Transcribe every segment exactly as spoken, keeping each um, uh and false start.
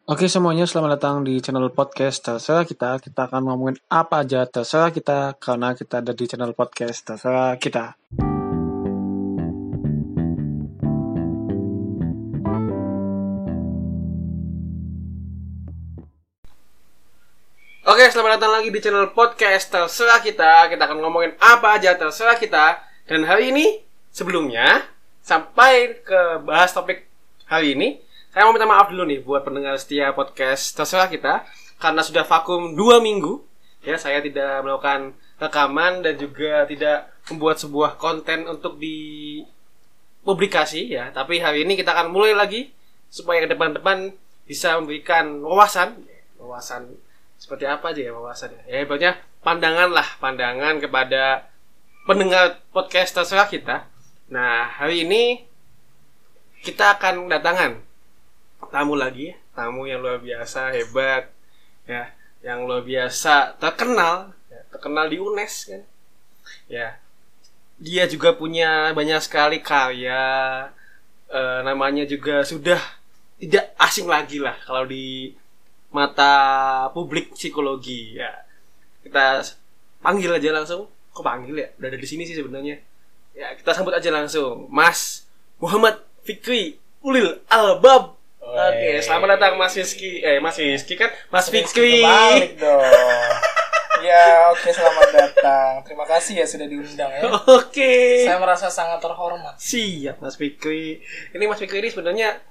Oke semuanya, selamat datang di channel podcast terserah kita. Kita akan ngomongin apa aja terserah kita, karena kita ada di channel podcast terserah kita. Oke, selamat datang lagi di channel podcast terserah kita. Kita akan ngomongin apa aja terserah kita. Dan hari ini, sebelumnya sampai ke bahas topik hari ini, saya mau minta maaf dulu nih buat pendengar setia podcast terserah kita, karena sudah vakum dua minggu. Ya, saya tidak melakukan rekaman dan juga tidak membuat sebuah konten untuk dipublikasi ya. Tapi hari ini kita akan mulai lagi supaya ke depan-depan bisa memberikan wawasan, wawasan seperti apa aja ya wawasannya. Ya, pokoknya pandangan lah, pandangan kepada pendengar podcast terserah kita. Nah, hari ini kita akan kedatangan tamu lagi, tamu yang luar biasa, hebat, ya, yang luar biasa, terkenal, ya, terkenal di U N E S kan, ya. Dia juga punya banyak sekali karya, e, namanya juga sudah tidak asing lagi lah kalau di mata publik psikologi, ya. Kita panggil aja langsung, kok panggil ya, udah ada di sini sih sebenarnya, ya. Kita sambut aja langsung, Mas Muhammad Fikri Ulil Albab. Oke, selamat datang Mas Rizky. Eh, Mas Rizky kan Mas Fikri. Balik dong. Ya, oke, selamat datang. Terima kasih ya sudah diundang ya. Oke. Saya merasa sangat terhormat. Siap, Mas Fikri. Ini Mas Fikri ini sebenarnya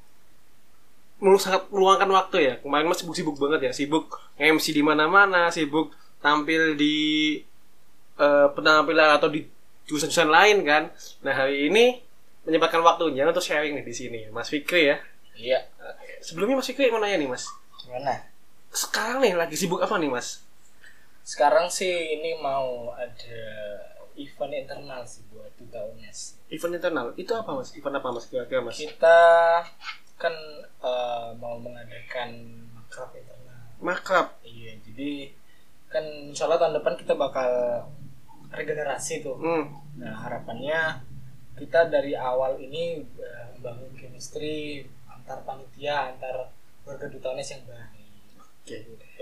melu sangat meluangkan waktu ya. Kemarin Mas sibuk-sibuk banget ya, sibuk M C di mana-mana, sibuk tampil di uh, penampilan atau di jurusan-jurusan lain kan. Nah, hari ini menyempatkan waktunya untuk sharing nih di sini, Mas Fikri ya. Iya. Sebelumnya Mas Fikri mau nanya nih Mas. Gimana? Sekarang nih lagi sibuk apa nih Mas? Sekarang sih ini mau ada event internal sih buat Duta U N E S. Event internal? Itu apa Mas? Event apa Mas? Kira-kira Mas? Kita kan uh, mau mengadakan makrab internal. Makrab? Iya, jadi kan insya Allah tahun depan kita bakal regenerasi tuh. Hmm. Nah, harapannya kita dari awal ini uh, membangun chemistry antar panitia, antar warga Duta U N E S yang baik. Oke.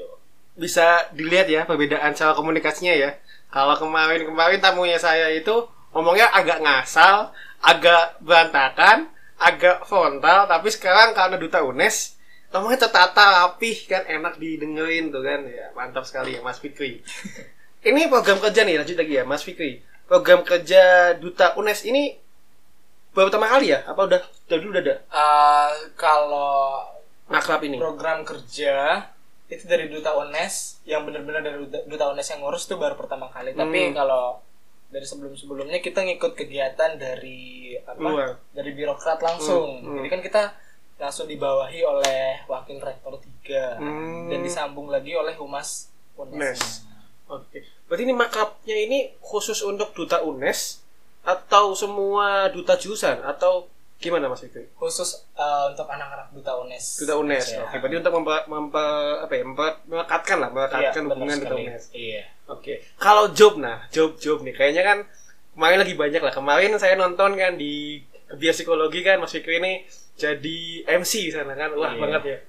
Bisa dilihat ya perbedaan cara komunikasinya ya. Kalau kemarin-kemarin tamunya saya itu ngomongnya agak ngasal, agak berantakan, agak frontal, tapi sekarang karena Duta U N E S ngomongnya tertata, rapih kan, enak didengerin tuh kan. Ya, mantap sekali ya Mas Fikri. Ini program kerja nih, lanjut lagi ya Mas Fikri. Program kerja Duta U N E S ini baru pertama kali ya? Apa udah dari dulu udah ada? Uh, kalau makrab ini program kerja itu dari Duta U N E S, yang benar-benar dari Duta U N E S yang ngurus itu baru pertama kali. Hmm. Tapi kalau dari sebelum-sebelumnya kita ngikut kegiatan dari apa? Luar. Dari birokrat langsung. Hmm. Hmm. Jadi kan kita langsung dibawahi oleh wakil rektor tiga hmm. dan disambung lagi oleh humas U N E S. Oke. Berarti ini makrabnya ini khusus untuk Duta U N E S atau semua duta jurusan atau gimana Mas Fikri? Khusus uh, untuk anak-anak Duta U N E S. Duta U N E S. Oke, okay. Berarti untuk memper, memper apa ya? Memper, melekatkan lah, melekatkan iya, hubungan Duta U N E S. Iya. Oke. Okay. Kalau job nah, job-job nih kayaknya kan kemarin lagi banyak lah. Kemarin saya nonton kan di Biar Psikologi kan Mas Fikri ini jadi M C sana kan. Wah, iya. Banget ya.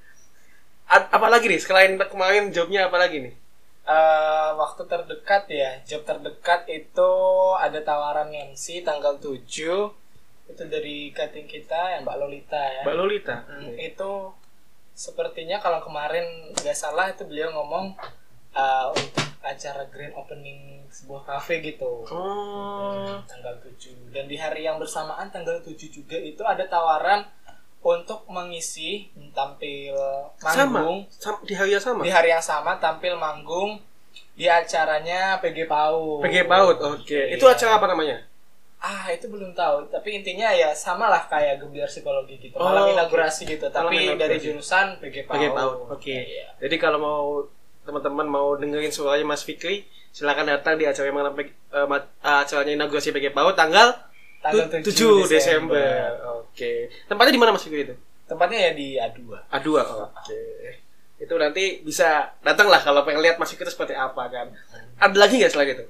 A- apalagi nih selain kemarin jobnya apalagi nih? Uh, waktu terdekat ya, job terdekat itu ada tawaran M C tanggal tujuh itu dari cutting kita yang Mbak Lolita ya. Mbak Lolita. Hmm, itu sepertinya kalau kemarin nggak salah itu beliau ngomong uh, untuk acara grand opening sebuah cafe gitu. Oh. Tanggal tujuh. Dan di hari yang bersamaan tanggal tujuh juga itu ada tawaran untuk mengisi tampil manggung sama, sama di hari yang sama. Di hari yang sama tampil manggung di acaranya P G PAUD. P G PAUD. Oke. Okay. Itu acara apa namanya? Ah, itu belum tahu, tapi intinya ya samalah kayak Gebiar Psikologi gitu. Malam oh, inaugurasi okay. gitu, tapi Malam dari jurusan P G PAUD. P G PAUD. Oke. Okay. Iya. Jadi kalau mau teman-teman mau dengerin suaranya Mas Fikri, silakan datang di acara malam uh, acaranya inaugurasi P G PAUD tanggal tanggal tujuh Desember. Oke. Okay. Tempatnya di mana Mas Fikri itu? Tempatnya ya di A dua. A dua. Oke. Okay. Itu nanti bisa datang lah kalau pengen lihat Mas Fikri itu seperti apa kan. Ada lagi enggak selain itu?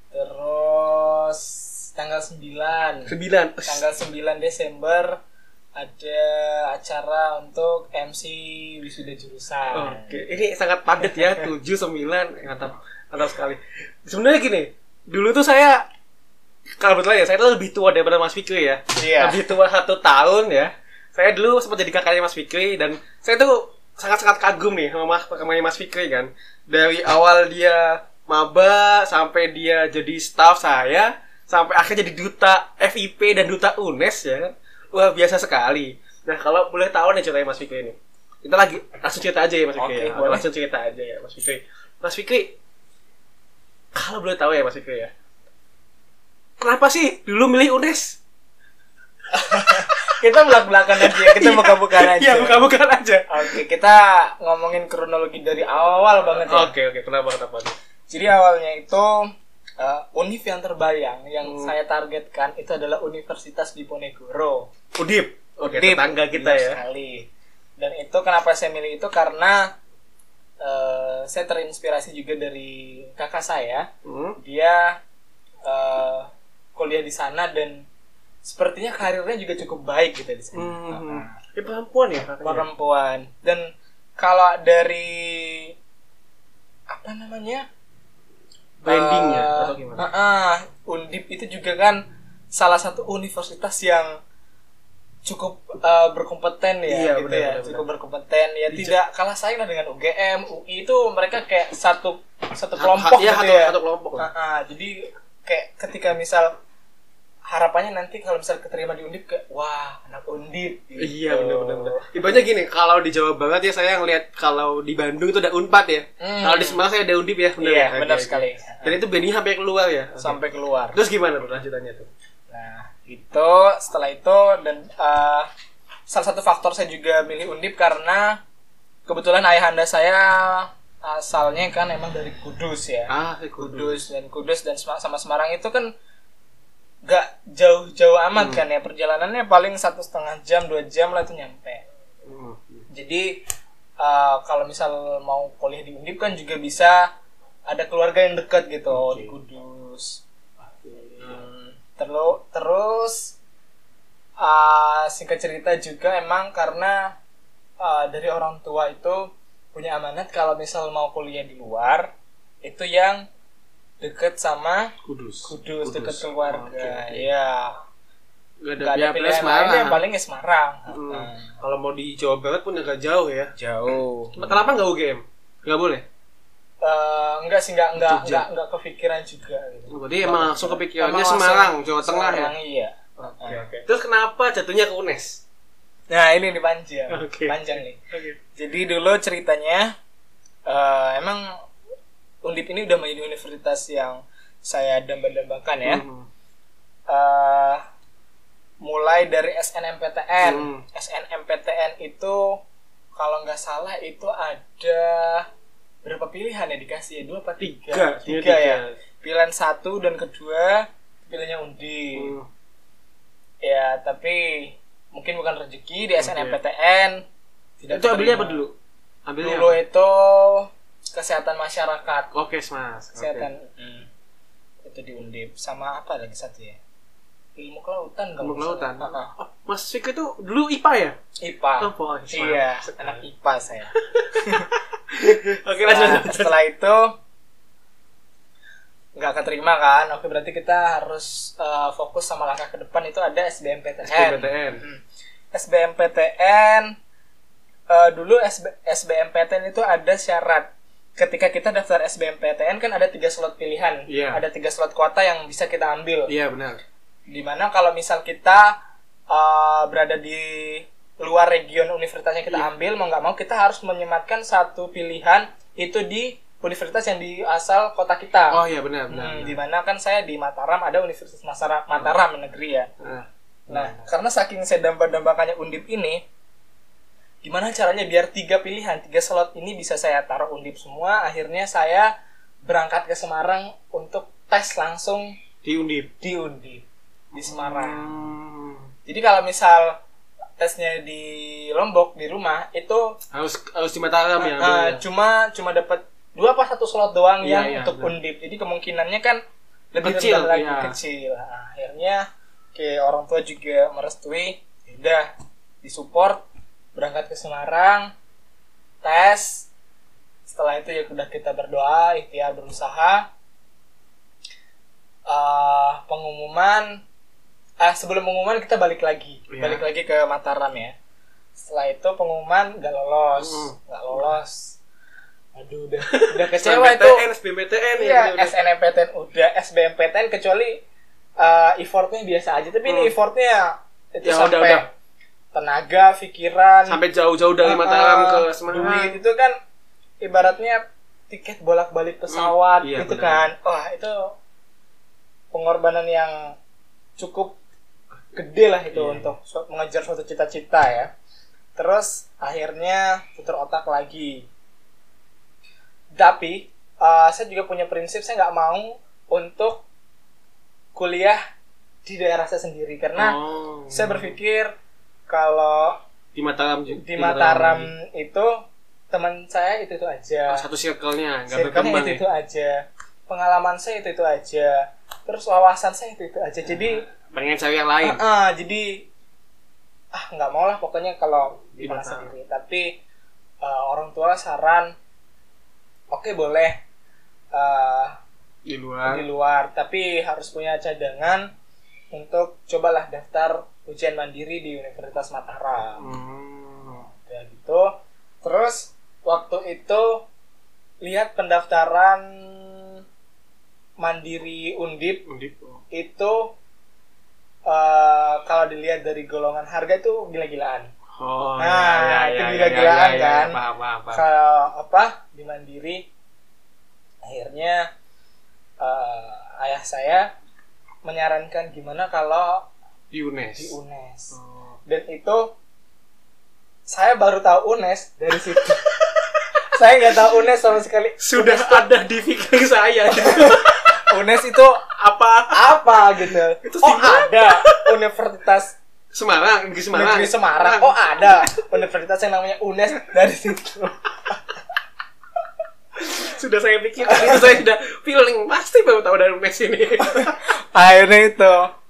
Terus tanggal sembilan. sembilan. Tanggal sembilan Desember ada acara untuk M C wisuda jurusan. Oke, ini sangat padat ya, tujuh, sembilan, mantap, mantap sekali. Sebenarnya gini, dulu tuh saya, kalau betul ya, saya tuh lebih tua daripada Mas Fikri ya. Iya. Lebih tua satu tahun ya. Saya dulu sempat jadi kakaknya Mas Fikri, dan saya tuh sangat-sangat kagum nih sama Mas, sama Mas Fikri kan. Dari awal dia maba, sampai dia jadi staff saya, sampai akhirnya jadi duta F I P dan duta U N E S ya kan. Wah, biasa sekali. Nah, kalau boleh tahu nih ceritanya Mas Fikri ini. Kita lagi langsung cerita aja ya Mas Fikri. Oke, ya. boleh. Langsung cerita aja ya Mas Fikri. Mas Fikri, kalau boleh tahu ya Mas Fikri ya. Kenapa sih dulu milih U N E S? Kita belak-belakan aja, kita buka-bukaan aja. Iya, buka-bukaan aja. Oke, kita ngomongin kronologi dari awal banget ya. Oke, oke. Kenapa kenapa? Jadi awalnya itu uh, univ yang terbayang yang Hmm. saya targetkan itu adalah Universitas Diponegoro. Udip. Oke, Udip, tetangga kita benar ya. sekali. Dan itu kenapa saya milih itu karena uh, saya terinspirasi juga dari kakak saya. Hmm. Dia uh, kuliah di sana dan sepertinya karirnya juga cukup baik gitu di sana. Hmm. Uh, Ya, perempuan ya kakaknya? perempuan. Dan kalau dari apa namanya? Brandingnya Uh, atau gimana? uh, uh, Undip itu juga kan salah satu universitas yang cukup uh, berkompeten ya, Iya, gitu benar, ya, benar, cukup benar. berkompeten ya, Di- tidak kalah saing lah dengan U G M, U I itu mereka kayak satu satu Ha- kelompok ha- iya, gitu satu- ya. satu kelompok lah. Uh, uh, jadi kayak ketika misal harapannya nanti kalau misal keterima di Undip kayak wah anak Undip. Gitu. Iya, benar benar benar. Ibaratnya gini, kalau di Jawa Barat ya saya ngelihat kalau di Bandung itu ada Unpad ya. Hmm. Kalau di Semarang saya ada Undip ya, benar Iya, ya? Oke, benar oke. sekali. Dan itu brandingnya sampai keluar ya. Oke. Sampai keluar. Terus gimana tuh lanjutannya tuh? Nah, itu setelah itu dan uh, salah satu faktor saya juga milih Undip karena kebetulan ayahanda saya asalnya kan emang dari Kudus ya. Ah, saya Kudus. Kudus dan Kudus dan Sem- sama Semarang itu kan gak jauh-jauh amat Hmm. kan ya, perjalanannya paling satu setengah jam dua jam lah itu nyampe. Hmm. Jadi uh, kalau misal mau kuliah di Undip kan juga bisa ada keluarga yang dekat gitu Oke. di Kudus. Oke. Hmm, terus terus uh, singkat cerita juga emang karena uh, dari orang tua itu punya amanat kalau misal mau kuliah di luar itu yang deket sama Kudus. Kudus, deket Oke, keluarga. oke. Ya, Gak ada, nggak ada ya, pilihan Semarang. lain yang paling ya Semarang. Hmm. Nah, Kalau mau di Jawa Barat pun agak jauh ya. jauh. Kenapa nggak U G M? Nggak boleh. Uh, enggak sih, enggak enggak Jogja. enggak enggak kepikiran juga gitu. Berarti emang langsung kepikirannya Emang langsung Semarang, Jawa Tengah ya. Semarang, iya. Oke, oke. Terus kenapa jatuhnya ke U N E S? Nah, ini nih panjang. Oke. Panjang nih. Oke. Jadi dulu ceritanya uh, emang Undip ini udah menjadi universitas yang saya damba-dambakan ya. Hmm. Uh, mulai dari S N M P T N. Hmm. S N M P T N itu kalau nggak salah itu ada berapa pilihan ya dikasih ya? Dua apa tiga? Tiga, Tiga, tiga. ya. Pilihan satu dan kedua pilihannya Undip. Hmm. Ya, tapi mungkin bukan rezeki di S N M P T N. Tidak Itu ambilnya keterima. apa dulu? Ambilnya Dulu apa? itu kesehatan masyarakat. Oke, Mas. Kesehatan. Hmm. Itu di Undip. Sama apa lagi satu ya? Ilmu kelautan kalau Ilmu nggak kelautan. salah. Ah, ah. Oh, Mas Fikri itu dulu I P A ya? I P A. Oh, boy, Iya, semangat. anak I P A saya. Oke, Setelah, lanjut. lanjut. setelah itu nggak keterima kan? Oke, berarti kita harus uh, fokus sama langkah ke depan itu ada S B M P T N. S B M P T N. Hmm. S B M P T N uh, dulu S B, S B M P T N itu ada syarat. Ketika kita daftar S B M P T N kan ada tiga slot pilihan. Iya. Ada tiga slot kuota yang bisa kita ambil. Iya, benar. Dimana kalau misal kita uh, berada di luar region universitas yang kita Iya. ambil, mau nggak mau kita harus menyematkan satu pilihan itu di universitas yang di asal kota kita. Oh iya, benar, benar. Hmm, benar. dimana kan saya di Mataram ada Universitas Masara- Mataram negeri ya. Nah, Nah, karena saking saya damba-dambakannya Undip ini, gimana caranya biar tiga pilihan, tiga slot ini bisa saya taruh Undip semua. Akhirnya saya berangkat ke Semarang untuk tes langsung di Undip. di Undip di Semarang. Hmm. Jadi kalau misal tesnya di Lombok di rumah itu Harus harus di Mataram ya. uh, ambilnya. cuma cuma dapat dua apa satu slot doang Iya, yang iya, untuk benar. Undip. Jadi kemungkinannya kan lebih Kecil, rendah lagi, iya. kecil. Nah, akhirnya kayak orang tua juga merestui, ya udah disupport, berangkat ke Semarang, tes. Setelah itu ya udah kita berdoa, ikhtiar berusaha. Uh, pengumuman, ah sebelum pengumuman kita balik lagi, yeah. balik lagi ke Mataram ya. Setelah itu pengumuman nggak lolos, nggak mm. lolos. Aduh, udah udah kecewa itu. S B M P T N ya, S N M P T N udah, S B M P T N kecuali uh, effortnya biasa aja, tapi hmm. ini effortnya itu ya, sampai udah, udah. tenaga, pikiran, sampai jauh-jauh dari uh, Mataram ke Semarang. Duit itu kan ibaratnya tiket bolak-balik pesawat hmm, iya, gitu benar. Kan. Wah, itu pengorbanan yang cukup gede lah itu yeah. untuk su- mengejar suatu cita-cita ya. Terus akhirnya putar otak lagi. Tapi uh, saya juga punya prinsip, saya nggak mau untuk kuliah di daerah saya sendiri karena oh. saya berpikir kalau di Mataram di, di Mataram, Mataram itu teman saya itu itu aja. Oh, satu circle-nya nggak berkembang itu, ya? itu aja. Pengalaman saya itu itu aja. Terus wawasan saya itu itu aja. Jadi pengen cari yang lain. Uh, uh, jadi ah nggak mau lah pokoknya kalau di mana sendiri. Tapi uh, orang tua saran. Oke okay, boleh uh, di luar, di luar, tapi harus punya cadangan untuk cobalah daftar ujian mandiri di Universitas Mataram. Hmm. Ya gitu. Terus waktu itu lihat pendaftaran mandiri Undip, Undip. Oh. itu uh, kalau dilihat dari golongan harga itu gila-gilaan. Oh, nah, ya, ya, itu ya, gila-gilaan ya, ya, kan. Ya, paham, paham, paham. Kalau apa di Mandiri, akhirnya uh, ayah saya menyarankan gimana kalau di U N E S. Di U N E S. Oh. Dan itu saya baru tahu U N E S dari situ. Saya nggak tahu U N E S sama sekali. Sudah itu, ada di pikir saya. Gitu. U N E S itu apa? Apa gitu? Itu oh ada Universitas Semarang, Negeri Semarang. Negeri Semarang. Oh ada universitas yang namanya U N E S dari situ. Sudah saya pikir itu saya sudah feeling pasti baru tahu dari U N E S ini. Akhirnya itu.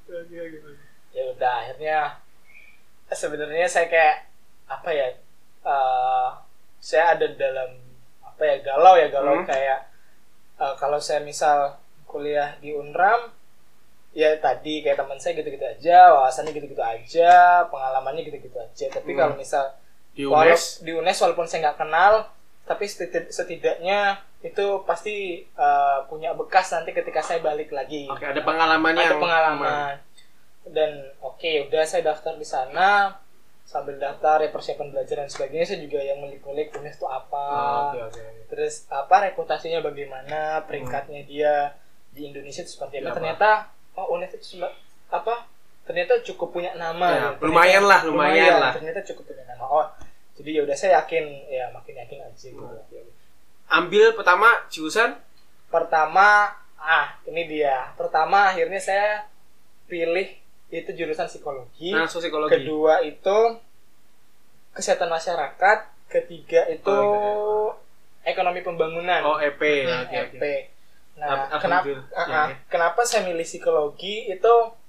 Ya udah akhirnya sebenarnya saya kayak apa ya? Uh, saya ada dalam apa ya galau ya galau hmm. kayak uh, kalau saya misal kuliah di Unram. Ya tadi kayak teman saya gitu-gitu aja, wawasannya gitu-gitu aja, pengalamannya gitu-gitu aja. Tapi hmm. kalau misal di U N E S, di U N E S walaupun saya nggak kenal, tapi setidaknya itu pasti uh, punya bekas nanti ketika saya balik lagi. Oke, ada pengalamannya. Ada pengalaman. Dan oke, okay, udah saya daftar di sana, sambil daftar ya persiapan belajar dan sebagainya. Saya juga yang ngulik-ngulik U N E S itu apa, oh, okay, okay. terus apa reputasinya bagaimana, peringkatnya hmm. dia di Indonesia itu seperti apa. Ya, ternyata oh U N E S itu apa ternyata cukup punya nama ya, ya. lumayan lah lumayan, lumayan lah ternyata cukup punya nama. Oh jadi ya udah saya yakin ya makin yakin aja gitu. Hmm. Ambil pertama jurusan pertama ah ini dia pertama akhirnya saya pilih itu jurusan psikologi. Nah, psikologi. Kedua itu kesehatan masyarakat. Ketiga itu oh, ekonomi pembangunan. Oh E P hmm, okay, E P okay. Nah, Ab- kenapa ya, uh-uh, ya. kenapa saya milih psikologi itu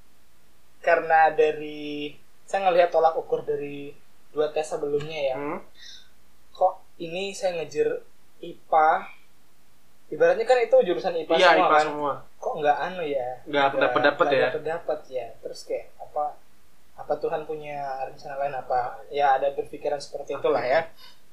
karena dari saya ngelihat tolak ukur dari dua tes sebelumnya ya. Hmm. Kok ini saya ngejar I P A? Ibaratnya kan itu jurusan I P A iya, semua I P A kan. semua. Kok nggak anu ya? Nggak dapat-dapat ya. Dapat ya. Terus kayak apa? Apa Tuhan punya rencana lain apa? Ya ada berpikiran seperti itulah ya.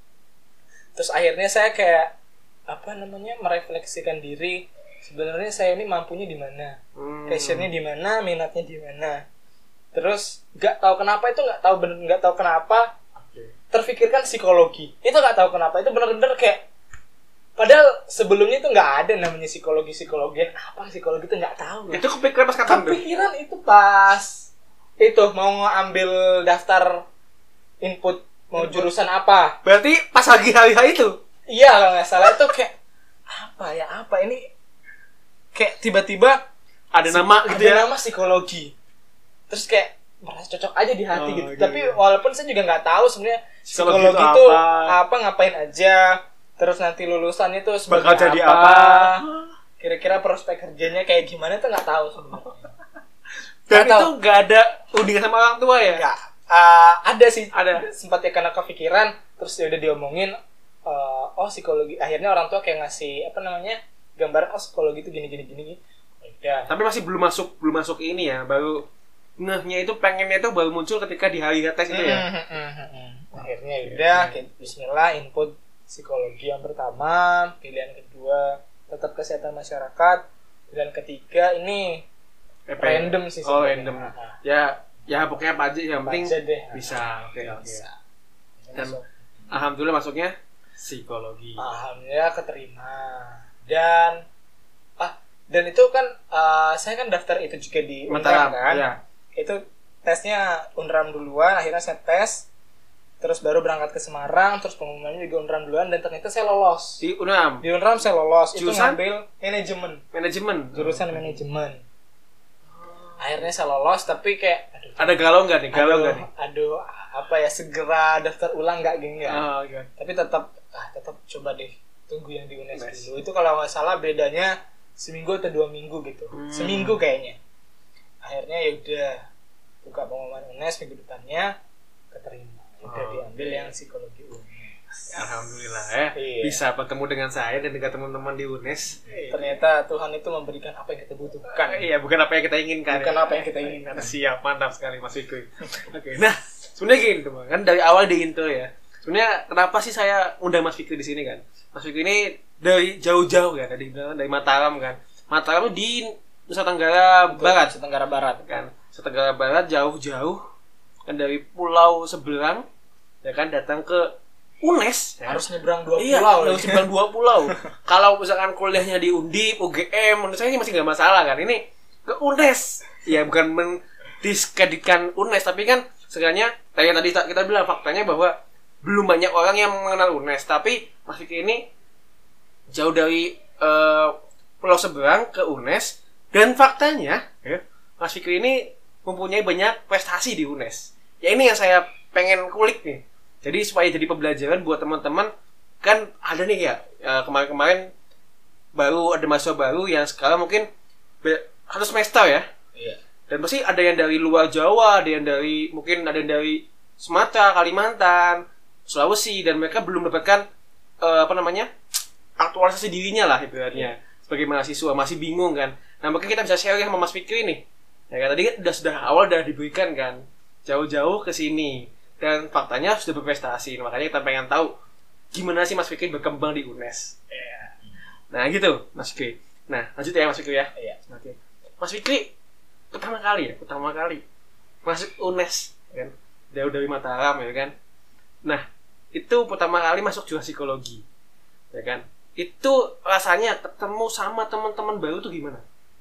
Terus akhirnya saya kayak apa namanya merefleksikan diri. Sebenarnya saya ini mampunya di mana, hmm. passionnya di mana, minatnya di mana. Terus nggak tahu kenapa itu nggak tahu bener nggak tahu kenapa okay. terfikirkan psikologi. Itu nggak tahu kenapa itu benar-benar kayak. Padahal sebelumnya itu nggak ada namanya psikologi psikologian apa psikologi itu nggak tahu. Itu kepikiran pas kapan? Kepikiran itu pas itu mau ngambil daftar input mau input. Jurusan apa. Berarti pas lagi hari-hari itu? Iya kalau nggak salah itu kayak apa ya apa ini. Kayak tiba-tiba ada nama gitu ya. Ada nama psikologi. Terus kayak merasa cocok aja di hati oh, gitu. gitu. Tapi walaupun saya juga nggak tahu sebenarnya psikologi, psikologi itu apa. apa ngapain aja. Terus nanti lulusannya tuh sebagai bakal jadi apa. apa. Kira-kira prospek kerjanya kayak gimana tuh nggak tahu sebenarnya. Dan itu nggak ada hubungan sama orang tua ya? Nggak. uh, ada sih, ada sempat ya karena kepikiran, terus ya udah diomongin, uh, oh psikologi, akhirnya orang tua kayak ngasih apa namanya gambaran, oh psikologi itu gini gini gini. Ya. Tapi masih belum masuk belum masuk ini ya, baru ngehnya itu pengennya itu baru muncul ketika di hari tes itu ya. Akhirnya udah, bismillah input psikologi yang pertama, pilihan kedua tetap kesehatan masyarakat, pilihan ketiga ini E P. random sih oh random nah. ya ya pokoknya apa aja yang penting deh. bisa oke okay, oke okay. Dan masuk. Alhamdulillah masuknya psikologi, alhamdulillah keterima. Dan ah dan itu kan uh, saya kan daftar itu juga di Unram kan ya. Itu tesnya Unram duluan, akhirnya saya tes, terus baru berangkat ke Semarang, terus pengumumannya juga Unram duluan, dan ternyata saya lolos di Unram. Di Unram saya lolos. Jurusan? Itu ngambil manajemen. Manajemen. Jurusan manajemen. Akhirnya saya lolos, tapi kayak aduh, ada galau nggak nih? Galau nggak nih? Aduh, apa ya, segera daftar ulang nggak gini nggak? Oh, okay. Tapi tetap, ah, tetap coba deh tunggu yang di U N E S dulu. Itu kalau nggak salah bedanya seminggu atau dua minggu gitu. Hmm. Seminggu kayaknya. Akhirnya ya udah buka pengumuman U N E S minggu depannya, keterima. Udah oh, diambil okay. yang psikologi U N E S. Alhamdulillah ya, iya. Bisa bertemu dengan saya dan dengan teman-teman di U N E S. Ternyata Tuhan itu memberikan apa yang kita butuhkan. Uh, iya, bukan apa yang kita inginkan. Bukan ya. apa yang kita inginkan. Siap, mantap sekali Mas Fikri. Oke, okay. Nah sebenarnya gini teman, kan dari awal di intro ya. Sebenarnya kenapa sih saya undang Mas Fikri di sini kan? Mas Fikri ini dari jauh-jauh kan, dari dari Mataram kan. Mataram di Nusa Tenggara Betul, Barat. Nusa Tenggara Barat kan. Nusa Tenggara Barat jauh-jauh kan dari pulau seberang ya kan datang ke U N E S ya. Harus nyebrang dua iya, pulau. Harus nyebrang dua pulau. Kalau misalkan kuliahnya di Undip, U G M, menurut saya ini masih nggak masalah kan. Ini ke U N E S. Ya bukan mendiskreditkan U N E S, tapi kan sebenarnya kayak tadi kita bilang faktanya bahwa belum banyak orang yang mengenal U N E S. Tapi Mas Fikri ini jauh dari uh, pulau seberang ke U N E S, dan faktanya ya, Mas Fikri ini mempunyai banyak prestasi di U N E S. Ya ini yang saya pengen kulik nih. Jadi supaya jadi pembelajaran buat teman-teman, kan ada nih ya, ya kemarin-kemarin baru ada mahasiswa baru yang sekarang mungkin satu semester ya. Iya. Dan pasti ada yang dari luar Jawa, ada yang dari mungkin ada yang dari Sumatera, Kalimantan, Sulawesi, dan mereka belum mendapatkan uh, apa namanya aktualisasi dirinya lah ibaratnya sebagai mahasiswa, masih bingung kan. Nah mungkin kita bisa share sama Mas Fikri nih. Ya kan tadi udah sudah awal udah diberikan kan jauh-jauh ke sini. Dan faktanya sudah berprestasi. Makanya kita pengen tahu gimana sih Mas Fikri berkembang di U N E S. Yeah. Nah gitu Mas Fikri. Nah lanjut ya Mas Fikri ya. Yeah. Oke. Mas Fikri pertama kali ya, pertama kali masuk U N E S kan, jauh dari Mataram ya kan. Nah itu pertama kali masuk jurusan psikologi, ya kan. Itu rasanya ketemu sama teman-teman baru tuh gimana?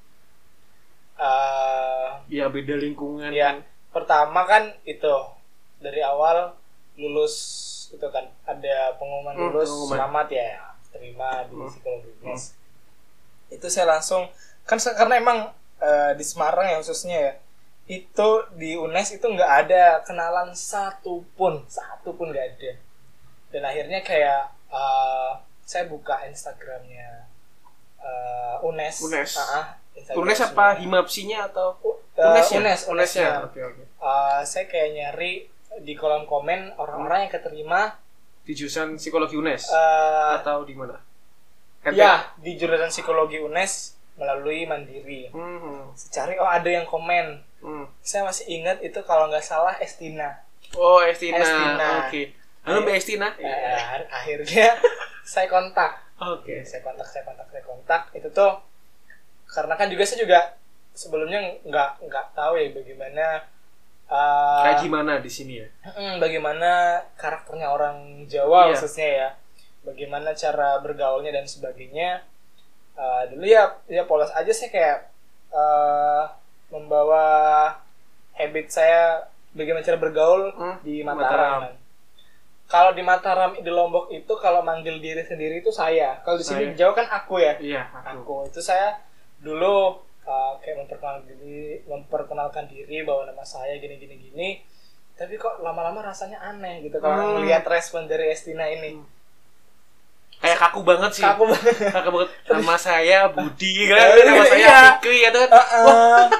Uh, ya beda lingkungan. Ya kan. Pertama kan itu dari awal lulus itu kan ada pengumuman hmm, lulus pengumuman. Selamat ya terima di hmm. psikologi U N E S. Hmm. Itu saya langsung kan karena emang uh, di Semarang ya khususnya ya, itu di U N E S itu nggak ada kenalan satu pun satu pun nggak ada. Dan akhirnya kayak uh, saya buka Instagramnya uh, U N E S. U N E S. Uh-huh. U N E S apa Himapsinya atau uh, U N E S? U N E S, U N E S-nya. Oke oke. Uh, saya kayak nyari di kolom komen orang-orang yang keterima di jurusan psikologi U N E S uh, atau di mana? Ya, di jurusan psikologi U N E S melalui Mandiri. Hmm. Secari oh ada yang komen. Hmm. Saya masih ingat itu kalau nggak salah Estina. Oh Estina. Estina. Oke. Okay. Halo Mbak Estina. Uh, akhirnya saya kontak. Oke. Okay. Saya kontak, saya kontak, saya kontak. Itu tuh karena kan juga saya juga sebelumnya nggak nggak tahu ya bagaimana. Uh, kayak gimana di sini ya? Bagaimana karakternya orang Jawa iya. khususnya ya, bagaimana cara bergaulnya dan sebagainya. Uh, dulu ya, ya polos aja sih kayak uh, membawa habit saya bagaimana cara bergaul hmm, di Mataram. Mataram. Kalau di Mataram di Lombok itu kalau manggil diri sendiri itu saya. Kalau di sini di Jawa kan aku ya. Iya. Aku. aku. Itu saya dulu. Uh, kayak memperkenalkan diri, memperkenalkan diri bahwa nama saya gini gini gini, tapi kok lama-lama rasanya aneh gitu kalau hmm. melihat respon dari Estina ini. Kayak kaku banget sih. Kaku banget. Kaku banget. Nama saya Budi kan, nama saya Fikri ya kan. Uh-uh.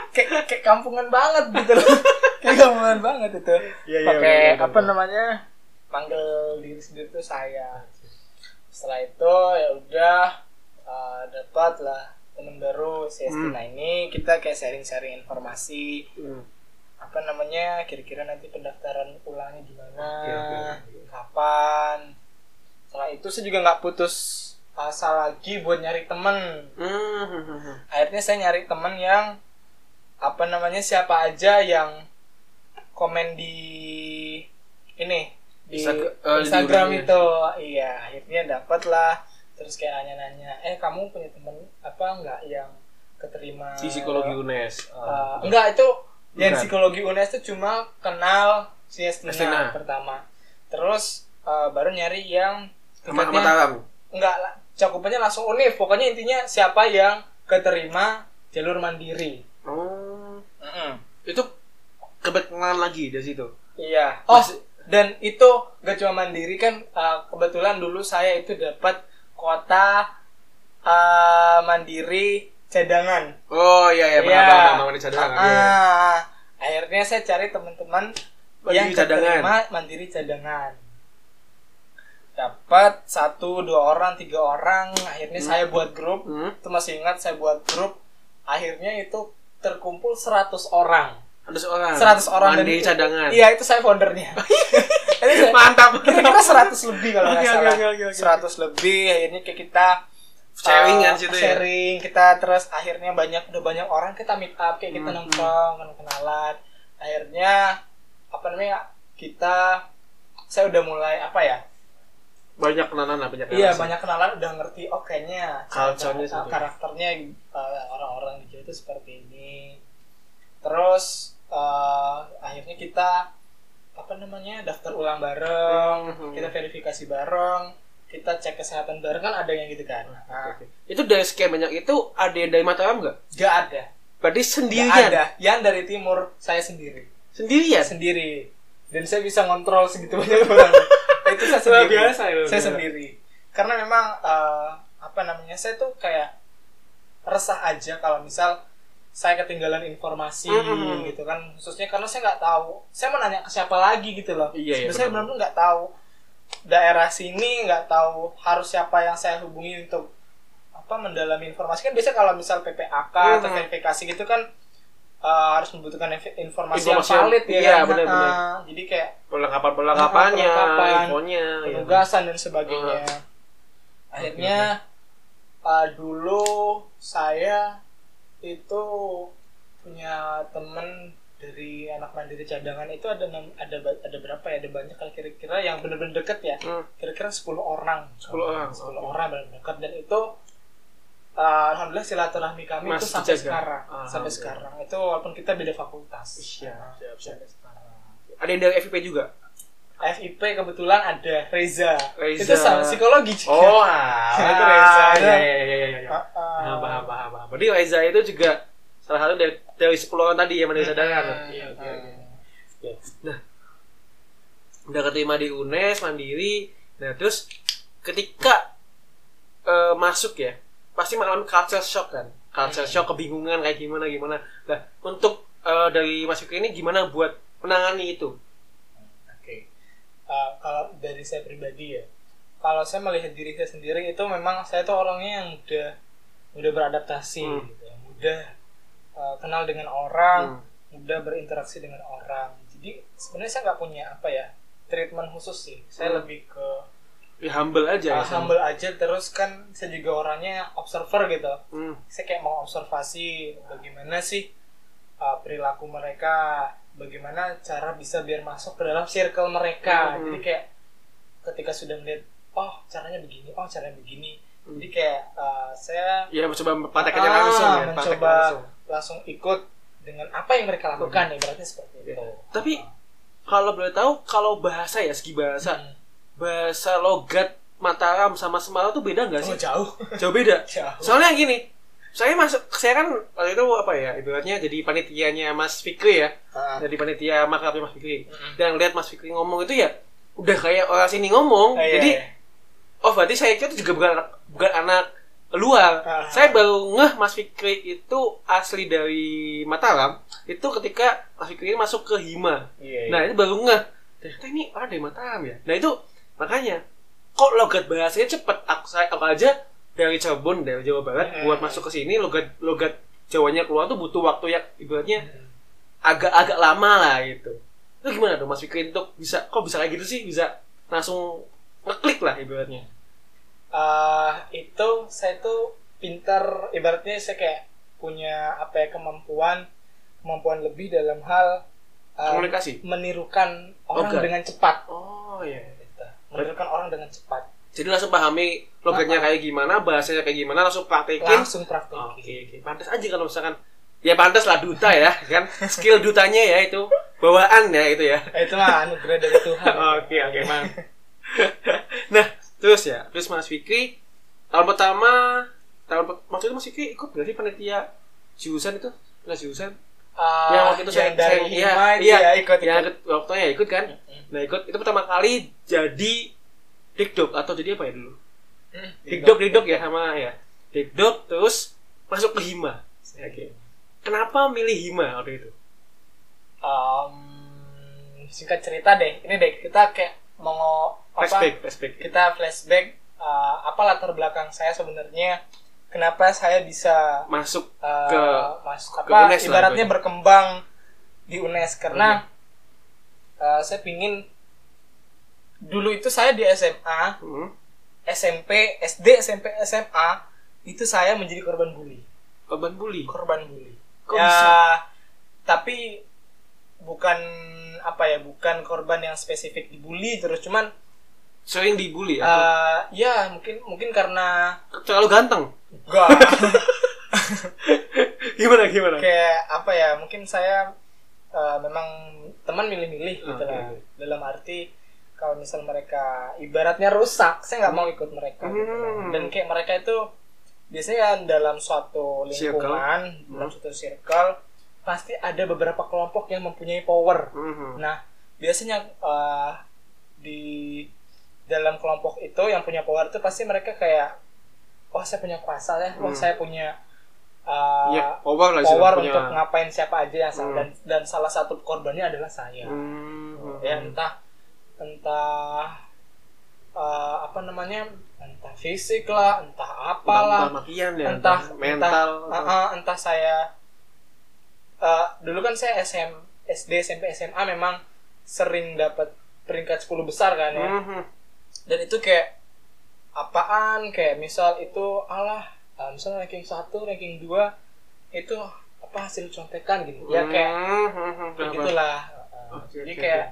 kayak kayak kampungan banget gitu loh. Kayak kampungan banget itu. Iya, iya, Pakai bener, bener, apa bener. namanya? Panggil diri sendiri tuh saya. Setelah itu ya udah uh, dapat lah teman baru si Estina hmm. ini, kita kayak sharing-sharing informasi. Hmm. Apa namanya? Kira-kira nanti pendaftaran ulangnya gimana? Okay, okay. Kapan? Setelah itu saya juga nggak putus asa lagi buat nyari temen. Mm-hmm. Akhirnya saya nyari temen yang apa namanya siapa aja yang komen di ini di Instagram, uh, Instagram di itu, iya akhirnya dapat lah. Terus kayak nanya-nanya, eh kamu punya temen apa enggak yang keterima di psikologi U N E S? Uh, uh, enggak itu bukan. Yang psikologi U N E S itu cuma kenal si Estina pertama. Terus uh, baru nyari yang Mataram. Enggak lah, cakupannya langsung U N I F. Pokoknya intinya siapa yang keterima jalur mandiri. Oh. Mm-hmm. Itu kebetulan lagi dari situ. Iya. Oh, Mas, dan itu gak cuma mandiri kan, uh, kebetulan dulu saya itu dapat kuota uh, mandiri cadangan. Oh iya iya benar benar mandiri cadangan. Ah, iya. Akhirnya saya cari teman-teman mandiri yang cadangan. keterima mandiri cadangan. Dapat satu, dua orang, tiga orang. Akhirnya hmm. saya buat grup. Hmm. Itu masih ingat saya buat grup. Akhirnya itu terkumpul seratus orang. seratus orang. seratus orang mandiri dan cadangan. Iya, itu saya foundernya. saya, Mantap. Kira-kira seratus lebih kalau nggak okay, salah. Okay, okay, okay. seratus lebih. Akhirnya kayak kita sharing uh, kan situ ya. Sharing kita terus akhirnya banyak udah banyak orang kita meet up kayak kita hmm. nongkrong, kenalan. Akhirnya apa namanya? Kita saya udah mulai apa ya? Banyak kenalan lah, banyak kenalan. Iya, banyak kenalan udah ngerti oh kayaknya culture-nya uh, karakternya uh, orang-orang di Jawa itu seperti ini. Terus uh, akhirnya kita apa namanya? Daftar ulang bareng, mm-hmm. kita verifikasi bareng, kita cek kesehatan bareng kan ada yang gitu kan. Nah, okay, okay. Itu dari sekian banyak itu ada yang dari Mataram enggak? Enggak ada. Berarti sendirian. Gak ada. Yang dari timur saya sendiri. Sendirian? Sendiri. Dan saya bisa ngontrol segitu banyak orang. Itu saya sendiri. Biasa, ya, saya sendiri. Karena memang uh, apa namanya? Saya tuh kayak resah aja kalau misal saya ketinggalan informasi mm-hmm. gitu kan, khususnya karena saya nggak tahu. Saya mau nanya ke siapa lagi gitu loh. Iya, iya, saya benar-benar nggak tahu daerah sini, nggak tahu harus siapa yang saya hubungi untuk apa mendalami informasi kan. Biasa kalau misal P P A K mm-hmm. atau verifikasi gitu kan uh, harus membutuhkan informasi, informasi yang valid ya. Iya, kan? benar-benar. Nah, jadi kayak perlengkapan-perlengkapannya, infonya, penugasan dan sebagainya. Uh. Akhirnya uh, dulu saya itu punya temen dari anak mandiri cadangan itu ada ada ada berapa ya, ada banyak kali kira-kira yang benar-benar deket ya, hmm. kira-kira sepuluh orang sepuluh orang sepuluh okay. orang benar-benar dekat. Dan itu uh, alhamdulillah silaturahmi kami Mas itu sampai jaga. sekarang ah, sampai okay. sekarang itu walaupun kita beda fakultas. Siap, siap, siap. Sampai sekarang. Ada yang dari F I P juga? F I P kebetulan ada Reza. Reza. Itu sama psikologi juga. Oh, ah, itu Reza. Ya, ya, ya, ya, ya. Uh, uh. Paham, paham, paham. Berarti Reza itu juga salah satu dari, dari sepuluh orang tadi yang mandiri cadangan. Iya, oke, oke. Nah, udah keterima di U N E S mandiri. Nah, terus ketika uh, masuk ya, pasti mengalami culture shock kan? Culture shock, kebingungan kayak gimana gimana. Nah, untuk uh, dari Mas Fikri ini gimana buat menangani itu? Uh, kalau dari saya pribadi ya, kalau saya melihat diri saya sendiri itu memang saya tuh orangnya yang udah udah beradaptasi, hmm. gitu, mudah uh, kenal dengan orang, hmm. mudah berinteraksi dengan orang. Jadi sebenarnya saya nggak punya apa ya treatment khusus sih. Saya hmm. lebih ke ya, humble aja. Uh, humble aja. Terus kan saya juga orangnya observer gitu. Hmm. Saya kayak mau observasi bagaimana sih uh, perilaku mereka. Bagaimana cara bisa biar masuk ke dalam circle mereka. Mm-hmm. Jadi kayak ketika sudah melihat oh caranya begini, oh caranya begini. Mm. Jadi kayak uh, saya ya mencoba prakteknya ah, langsung ya, mencoba langsung. langsung ikut dengan apa yang mereka lakukan mm. ya, berarti seperti yeah. itu. Tapi kalau boleh tahu kalau bahasa ya segi bahasa mm. bahasa logat Mataram sama Semarang tuh beda nggak sih? Oh, jauh. Jauh beda. Jauh. Soalnya gini, saya masuk, saya kan waktu itu apa ya, ibaratnya jadi panitianya Mas Fikri ya, uh. jadi panitia makrabnya Mas Fikri. Uh-huh. Dan lihat Mas Fikri ngomong itu ya, udah kayak orang sini ngomong. Uh, jadi, iya, iya. oh berarti saya itu juga bukan bukan anak luar. Ah. Saya baru ngeh Mas Fikri itu asli dari Mataram. Itu ketika Mas Fikri ini masuk ke Hima. Iya, iya. Nah itu baru ngeh. Ternyata ini orang dari Mataram ya. Nah itu makanya kok logat bahasanya cepet. Aku, saya, aku aja dari Cirebon, dari Jawa Barat, hmm. buat masuk ke sini logat logat Jawanya keluar tuh butuh waktu yang ibaratnya hmm. agak-agak lama lah gitu. Itu gimana dong Mas Fikri untuk bisa kok bisa kayak gitu sih, bisa langsung ngeklik lah ibaratnya. Uh, itu saya tuh pintar, ibaratnya saya kayak punya apa ya, kemampuan kemampuan lebih dalam hal uh, komunikasi, menirukan orang Logat. dengan cepat. Oh iya, gitu. Menirukan orang dengan cepat. Jadi langsung pahami logatnya kayak gimana, bahasanya kayak gimana, langsung praktekin. Langsung praktekin. Oke, okay, okay. Pantas aja kalau misalkan ya pantas lah duta ya, kan skill dutanya ya itu bawaan ya itu ya. Itu mah anugerah dari Tuhan. Oke oke man. Nah terus ya, terus Mas Fikri tahun pertama, tahun maksudnya Mas Fikri ikut berarti panitia jurusan itu, kelas jurusan? Uh, yang waktu itu saya dari saya, Hima iya, ya, ikut, yang ikut. waktunya ya ikut kan? Nah ikut itu pertama kali jadi dikdok atau jadi apa ya dulu? Hmm, dikdok dikdok ya sama ya. Dikdok terus masuk ke Hima. Oke. Okay. Kenapa milih Hima waktu itu? Um, singkat cerita deh, ini deh kita kayak mau flashback, apa? Flashback. Kita flashback. Uh, apa latar belakang saya sebenarnya? Kenapa saya bisa masuk uh, ke masuk ke apa? U N E S ibaratnya lah, berkembang di U N E S karena okay. uh, saya pingin dulu itu saya di S M A, hmm. S M P, S D, S M P, S M A itu saya menjadi korban bully. Korban bully. Korban bully. Kok ya, bisa? Tapi bukan apa ya, bukan korban yang spesifik dibully terus, cuman sering dibully atau? Uh, ya mungkin mungkin karena terlalu ganteng. Enggak. Gimana gimana? Kayak apa ya? Mungkin saya uh, memang teman milih-milih gitu okay. lah. Dalam arti kalau misal mereka ibaratnya rusak, saya nggak mau ikut mereka. Hmm. Gitu. Dan kayak mereka itu biasanya dalam suatu lingkungan, circle. dalam suatu circle pasti ada beberapa kelompok yang mempunyai power. Hmm. Nah, biasanya uh, di dalam kelompok itu yang punya power itu pasti mereka kayak, wah saya punya kuasa ya, wah hmm. saya punya uh, ya, power, lah, power punya... untuk ngapain siapa aja yang salah. Hmm. dan dan salah satu korbannya adalah saya. Hmm. Ya entah entah uh, apa namanya, entah fisik lah, entah apalah, entah makian ya, entah mental, entah, uh, uh, entah saya uh, dulu kan saya S M S D S M P S M A memang sering dapat peringkat sepuluh besar kan ya. Hmm. Dan itu kayak apaan, kayak misal itu alah uh, misal ranking satu, ranking dua itu apa hasil contekan gitu. Ya kayak hmm. begitulah. Uh, okay, jadi okay, kayak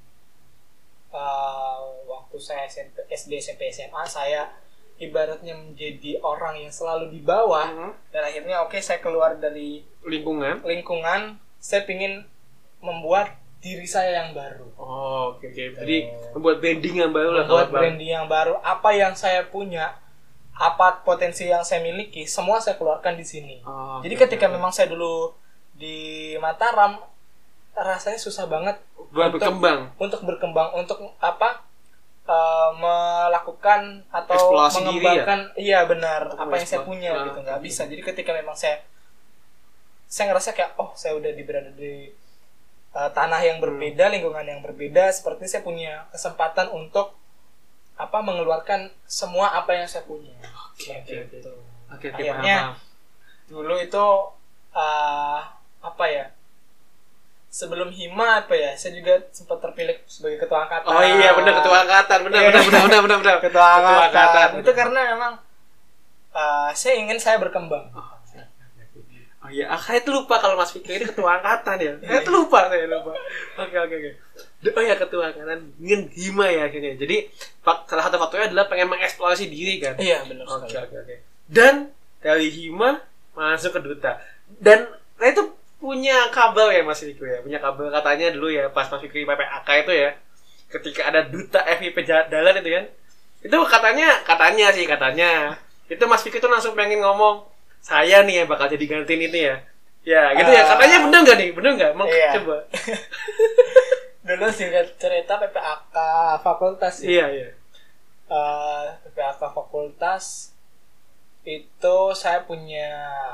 uh, waktu saya S M P, S D, S M P, S M A saya ibaratnya menjadi orang yang selalu di bawah. Hmm. Dan akhirnya oke okay, saya keluar dari lingkungan. Lingkungan, saya pingin membuat diri saya yang baru. Oh, oke okay, oke. Okay. Jadi membuat branding yang baru lah. Membuat branding yang baru. Apa yang saya punya, apa potensi yang saya miliki, semua saya keluarkan di sini. Oh, Jadi okay, ketika okay. memang saya dulu di Mataram, rasanya susah banget buat untuk berkembang. Untuk berkembang, untuk apa? Uh, melakukan atau eksplorasi mengembangkan, diri ya? Iya benar. Untuk apa yang saya punya nah, gitu nggak okay. bisa. Jadi ketika memang saya, saya ngerasa kayak, oh saya udah di berada di Uh, tanah yang berbeda, hmm. lingkungan yang berbeda, seperti saya punya kesempatan untuk apa mengeluarkan semua apa yang saya punya. Oke, okay, gitu. Oke, okay, akhirnya dulu itu uh, apa ya? Sebelum Hima apa ya? Saya juga sempat terpilih sebagai ketua angkatan. Oh iya, benar ketua angkatan, benar benar benar benar benar benar. Ketua angkatan. Ketua angkatan. Itu karena memang uh, saya ingin saya berkembang. Oh. Oh iya, ah, saya tuh lupa kalau Mas Fikri ini ketua angkatan ya. Saya tuh lupa, saya lupa. Oke, oke, oke. Oh ya, ketua angkatan ingin Hima ya akhirnya. Jadi, salah satu faktornya adalah pengen mengeksplorasi diri kan. Iya, benar sekali. Oke, oke, oke. Dan dari Hima masuk ke duta. Dan saya tuh punya kabar ya Mas Fikri ya. Punya kabar katanya dulu ya pas Mas Fikri P P A K itu ya. Ketika ada duta F I P Dalan itu kan. Itu katanya, katanya sih katanya. Itu Mas Fikri tuh langsung pengen ngomong, saya nih yang bakal jadi gantiin ini ya. Ya gitu uh, ya. Katanya bener gak nih? Bener gak? Mau iya. Coba. Dulu singkat cerita P P A K fakultas ya. Iya, iya. Uh, P P A K fakultas itu saya punya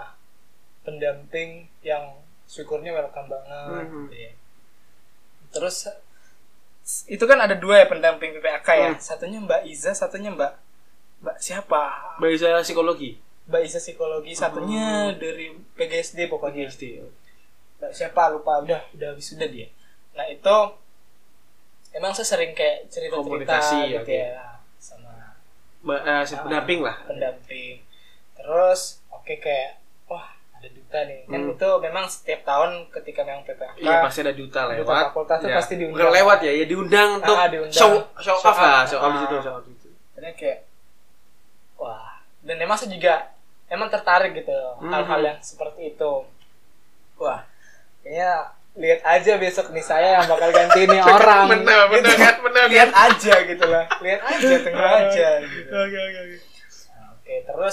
pendamping yang syukurnya welcome banget. Mm-hmm. Ya. Terus itu kan ada dua ya pendamping P P A K ya. Hmm. Satunya Mbak Iza, satunya Mbak Mbak siapa? Mbak Iza psikologi. Mbak Iza psikologi, satunya hmm. dari P G S D pokoknya. P G S D. Mbak siapa lupa, udah udah wisuda dia. Nah, itu emang saya sering kayak cerita-cerita gitu okay. ya sama Mbak uh, uh, pendamping lah. Pendamping. Terus oke okay, kayak wah ada duta nih kan hmm. itu memang setiap tahun ketika memang P P A K iya pasti ada duta lewat duta fakultas ya. Pasti diundang bukan lewat ya ya diundang untuk ah, diundang. show show off lah show off itu show off itu karena kayak wah dan emang saya juga emang tertarik gitu hmm. hal-hal yang seperti itu wah kayaknya lihat aja besok nih saya yang bakal ganti nih orang bener gitu. bener kan bener lihat aja gitu lah lihat aja tengok aja gitu. oke oke oke oke terus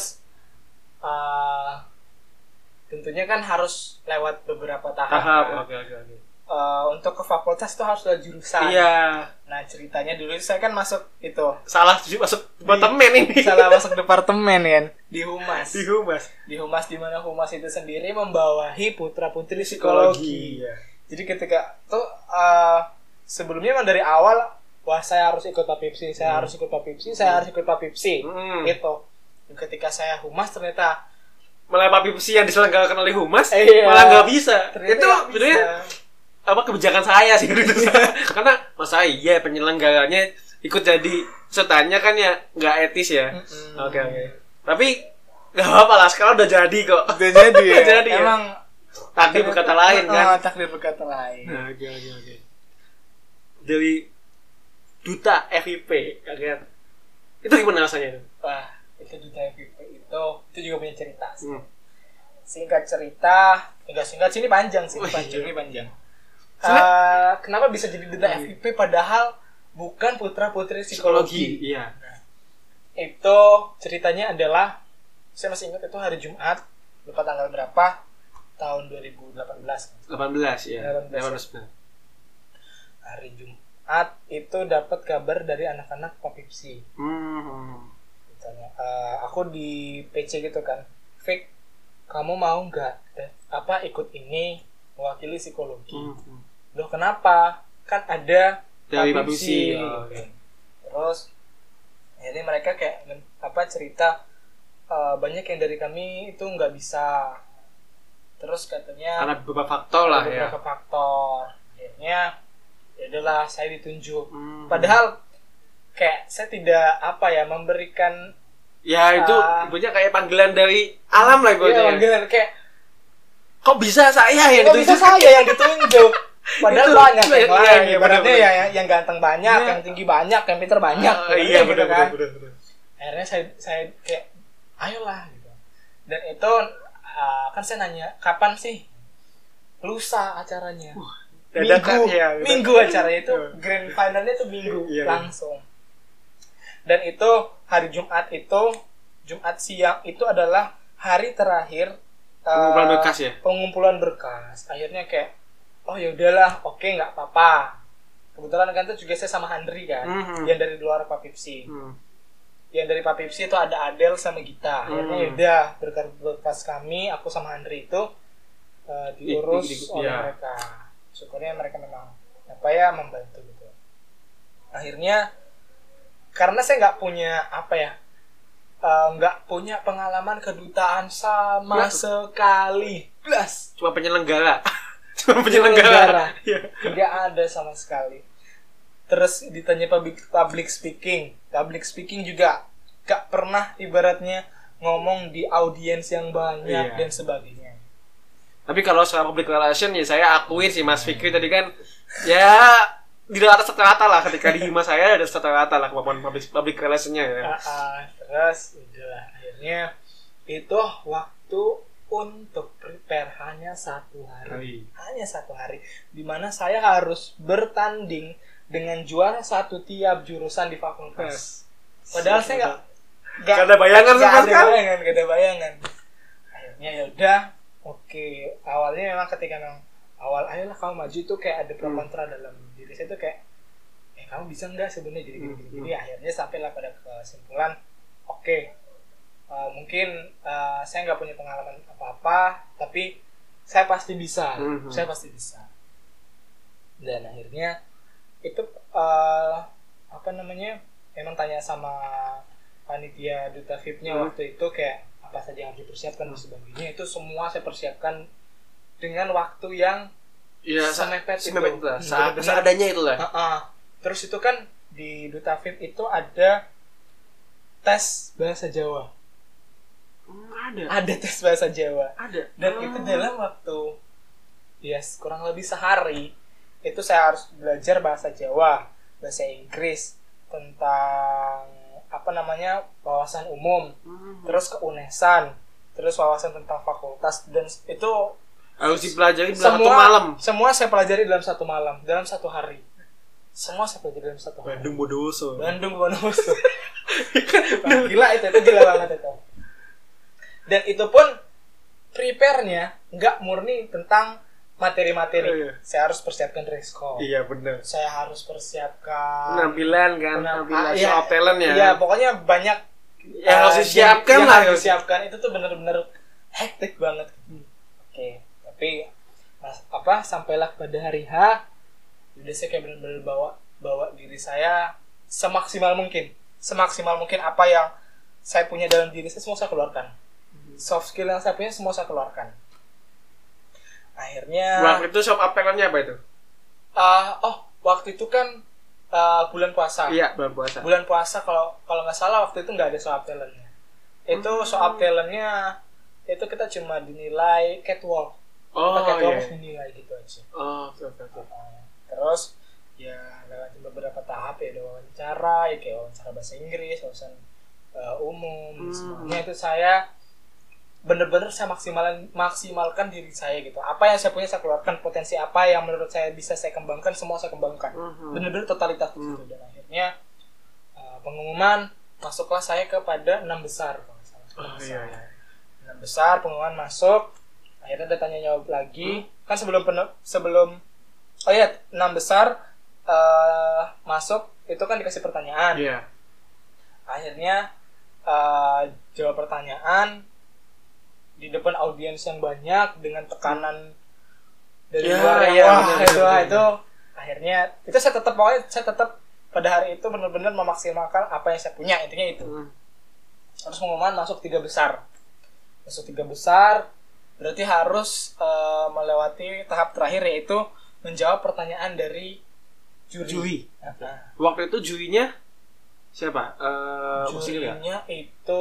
uh, tentunya kan harus lewat beberapa tahap. Tahap, kan? oke oke oke. Uh, untuk ke fakultas itu harus ada jurusan. Iya. Nah ceritanya dulu saya kan masuk itu. Salah masuk departemen ini. Salah masuk departemen kan di humas. Di humas. Di humas di mana humas itu sendiri membawahi putra putri psikologi. Iya. Jadi ketika tuh uh, sebelumnya memang dari awal wah saya harus ikut Papipsi, saya hmm. harus ikut Papipsi, saya hmm. harus ikut Papipsi. Hmm. Gitu. Dan ketika saya humas ternyata malah Papipsi yang diselenggarakan oleh humas eh, iya. malah nggak bisa. Ternyata itu sebenarnya apa kebijakan saya sih gitu. Karena masa iya penyelenggaranya ikut jadi pesertanya kan ya nggak etis ya. Oke oke. Okay, okay. Tapi nggak apa-apa lah sekarang udah jadi kok. Udah jadi ya. Udah jadi emang ya. Takdir berkata lain kan. Oh, takdir berkata lain. Nah, oke oke oke. Dari duta F I P kaget. Itu gimana rasanya itu? Wah, itu duta F I P itu itu juga punya cerita sih. Hmm. Singkat cerita, enggak singkat sini panjang sih, panjang ini panjang. Uh, kenapa bisa jadi duta hmm. F I P padahal bukan putra putri psikologi? Psikologi, iya. Nah, itu ceritanya adalah saya masih ingat itu hari Jumat, lupa tanggal berapa, tahun dua ribu delapan belas. delapan belas ya. delapan belas. Hari Jumat itu dapat kabar dari anak-anak Papipsi. Hmm. Misalnya, uh, aku di P C gitu kan, Fik, kamu mau nggak eh, apa ikut ini mewakili psikologi? Hmm. Loh kenapa? Kan ada dari Papipsi. Oh, okay. Terus, jadi mereka kayak apa cerita uh, banyak yang dari kami itu nggak bisa. Terus katanya karena beberapa faktor lah beberapa ya. Beberapa faktor. Akhirnya, ya udahlah saya ditunjuk. Hmm. Padahal kayak saya tidak apa ya memberikan ya itu uh, ibunya kayak panggilan dari alam lah ibunya. Iya, panggilan kayak kok bisa saya yang kok ditunjuk? Bisa saya yang ditunjuk. Padahal itu, banyak yang iya, lain. iya, Ibaratnya bener, ya yang ganteng banyak, ya. Yang tinggi banyak, yang pintar banyak. Uh, iya gitu benar kan. benar benar. Akhirnya saya saya kayak ayolah gitu. Dan itu uh, kan saya nanya kapan sih lusa acaranya? Uh, minggu, ya, minggu acaranya itu grand finalnya itu minggu iya, langsung. Dan itu hari Jumat itu Jumat siang itu adalah hari terakhir pengumpulan uh, berkas ya. Pengumpulan berkas. Akhirnya kayak oh ya udahlah, oke okay, nggak apa-apa. Kebetulan kan itu juga saya sama Handri kan, mm-hmm. yang dari luar Papipsi. Mm. Yang dari Papipsi itu ada Adel sama Gita. Akhirnya mm. udah berkas berkas kami, aku sama Handri itu uh, diurus di, di, di, oleh ya. mereka. Syukurnya mereka memang apa ya membantu gitu. Akhirnya karena saya nggak punya apa ya nggak uh, punya pengalaman kedutaan sama ya. sekali. Plus cuma penyelenggara, cuma penyelenggara, nggak ada sama sekali. Terus ditanya public public speaking, public speaking juga nggak pernah ibaratnya ngomong di audiens yang banyak iya. dan sebagainya. Tapi kalau soal public relation ya saya akuin sih Mas Fikri tadi kan ya di atas rata-rata lah ketika di Hima saya ada rata-rata lah kemampuan public, public relation-nya ya. Uh, uh, terus udah akhirnya itu waktu untuk prepare hanya satu hari. Hai. Hanya satu hari di mana saya harus bertanding dengan juara satu tiap jurusan di fakultas. Padahal saya nggak nggak ada bayangan sama sekali. Gak ada bayangan, gak ada bayangan. Akhirnya ya udah. Oke, awalnya memang ketika memang awal ayolah kamu maju tuh kayak ada pro kontra hmm. dalam diri saya tuh kayak eh kamu bisa nggak sebenarnya jadi gini, hmm. jadi akhirnya sampailah pada kesimpulan oke okay, uh, mungkin uh, saya nggak punya pengalaman apa-apa, tapi saya pasti bisa, mm-hmm. saya pasti bisa. Dan akhirnya itu uh, apa namanya, emang tanya sama panitia duta V I P-nya mm-hmm. waktu itu kayak apa saja yang harus dipersiapkan dan sebagainya. Itu semua saya persiapkan dengan waktu yang ya, semepet itu, itu, lah. Sa- seadanya itu lah. Uh-uh. Terus itu kan di duta V I P itu ada tes bahasa Jawa. Hmm, ada. Ada tes bahasa Jawa. Ada. Dan oh. itu dalam waktu yes, kurang lebih sehari itu saya harus belajar bahasa Jawa, bahasa Inggris, tentang apa namanya wawasan umum, hmm. terus keunesan, terus wawasan tentang fakultas, dan itu harus dipelajari dalam satu malam. Semua saya pelajari dalam satu malam, dalam satu hari. Semua saya pelajari dalam satu hari. Bandung Bondowoso. Bandung Bondowoso. Gila itu, itu gila banget itu. Dan itu pun prepare-nya nggak murni tentang materi-materi. Oh, iya. Saya harus persiapkan dress code. Iya benar. Saya harus persiapkan penampilan kan, penampilan ah, show of talent ya. Iya, pokoknya banyak yang uh, harus disiapkan yang lah. Harus disiapkan itu tuh benar-benar hektik banget. Hmm. Oke, okay. Tapi mas, apa sampailah pada hari H, udah saya kayak benar-benar bawa bawa diri saya semaksimal mungkin, semaksimal mungkin apa yang saya punya dalam diri saya semua saya keluarkan. Soft skill yang saya punya semua saya keluarkan. Akhirnya waktu itu shop appelannya apa itu? Uh, oh waktu itu kan uh, bulan puasa. Iya bulan puasa. Bulan puasa kalau kalau nggak salah waktu itu nggak ada shop appelannya. Itu hmm. shop appelannya itu kita cuma dinilai catwalk. Oh kita catwalk iya. dinilai gitu aja. Oh oke oke oke. Terus ya lewat beberapa tahap ya, ada wawancara, ya kayak wawancara bahasa Inggris, wawasan uh, umum, hmm. semuanya itu saya bener-bener saya maksimalkan maksimalkan diri saya gitu. Apa yang saya punya saya keluarkan, potensi apa yang menurut saya bisa saya kembangkan, semua saya kembangkan. Uh-huh. Bener-bener totalitas uh-huh. gitu. Dan akhirnya uh, pengumuman masuklah saya kepada enam besar kalau nggak salah. Oh, iya, iya. Enam besar pengumuman masuk. Akhirnya ada tanya jawab lagi. Hmm. Kan sebelum pen- sebelum oh iya enam besar uh, masuk itu kan dikasih pertanyaan. Iya. Yeah. Akhirnya uh, jawab pertanyaan di depan audiens yang banyak dengan tekanan dari ya, luar yang ya, wah bener, itu bener, itu akhirnya itu saya tetap pokoknya saya tetap pada hari itu benar-benar memaksimalkan apa yang saya punya, intinya itu. Hmm. Terus pengumuman masuk tiga besar, masuk tiga besar berarti harus uh, melewati tahap terakhir yaitu menjawab pertanyaan dari juri. Juri. Nah, waktu itu jurinya siapa? Uh, jurinya itu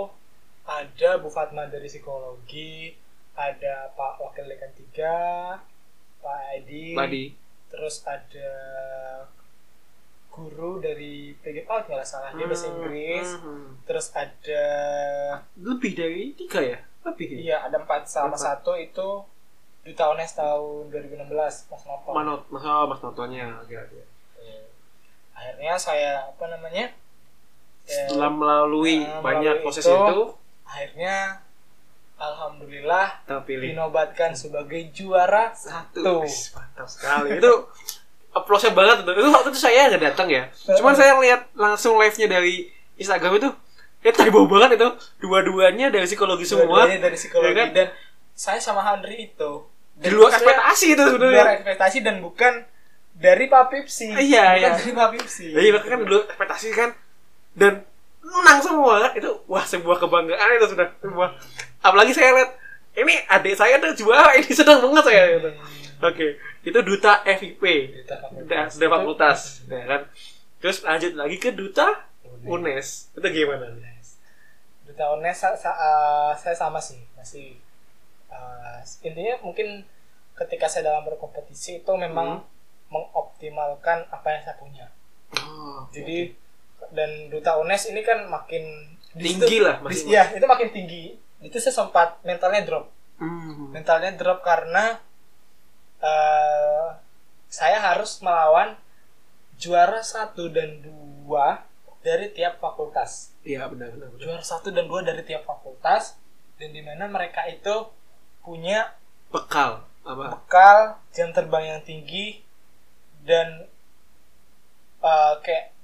ada Bu Fatma dari psikologi, ada Pak Wakil Dekan tiga, Pak Adi, Adi, terus ada guru dari P G P A U nggak salah, dia bahasa Inggris, hmm. terus ada lebih dari tiga ya? Lebih ya? Iya, ada empat, sama empat. Satu itu Duta Ones tahun dua ribu enam belas, Mas Noto. Manot, Mas, oh, Mas Notonya. Oke, oke. Akhirnya saya apa namanya? Setelah melalui uh, banyak melalui proses itu, itu akhirnya alhamdulillah terpilih, dinobatkan sebagai juara satu. Mantap sekali. Itu applause banget itu. Itu waktu itu saya nggak datang ya. Cuman saya lihat langsung live-nya dari Instagram itu, itu heboh banget itu. Dua-duanya dari psikologi semua. Dua-duanya dari psikologi ya kan? Dan saya sama Handri itu di luar ekspektasi itu sebenarnya. Di luar ekspektasi dan bukan dari Papipsi. Iya, bukan iya. Dari Papipsi. Iya, kan dulu ekspektasi kan dan menang semua itu, wah sebuah kebanggaan itu sudah sebuah. Apalagi saya lihat ini adik saya tuh juara, ini senang banget saya gitu. Oke, okay. Itu duta F I P, duta fakultas, ya kan. Terus lanjut lagi ke duta U N E S, itu gimana? Duta U N E S sa- sa- uh, saya sama sih, masih uh, intinya mungkin ketika saya dalam berkompetisi itu memang hmm. mengoptimalkan apa yang saya punya. Oh, jadi okay. Dan duta U N E S ini kan makin tinggi itu, lah masih. Iya, itu makin tinggi. Itu saya sempat mentalnya drop. Mm. Mentalnya drop karena uh, saya harus melawan juara satu dan dua dari tiap fakultas. Iya, benar, benar, benar. Juara satu dan dua dari tiap fakultas, dan di mana mereka itu punya bekal apa? Bekal, jam terbang yang tinggi, dan uh, kayak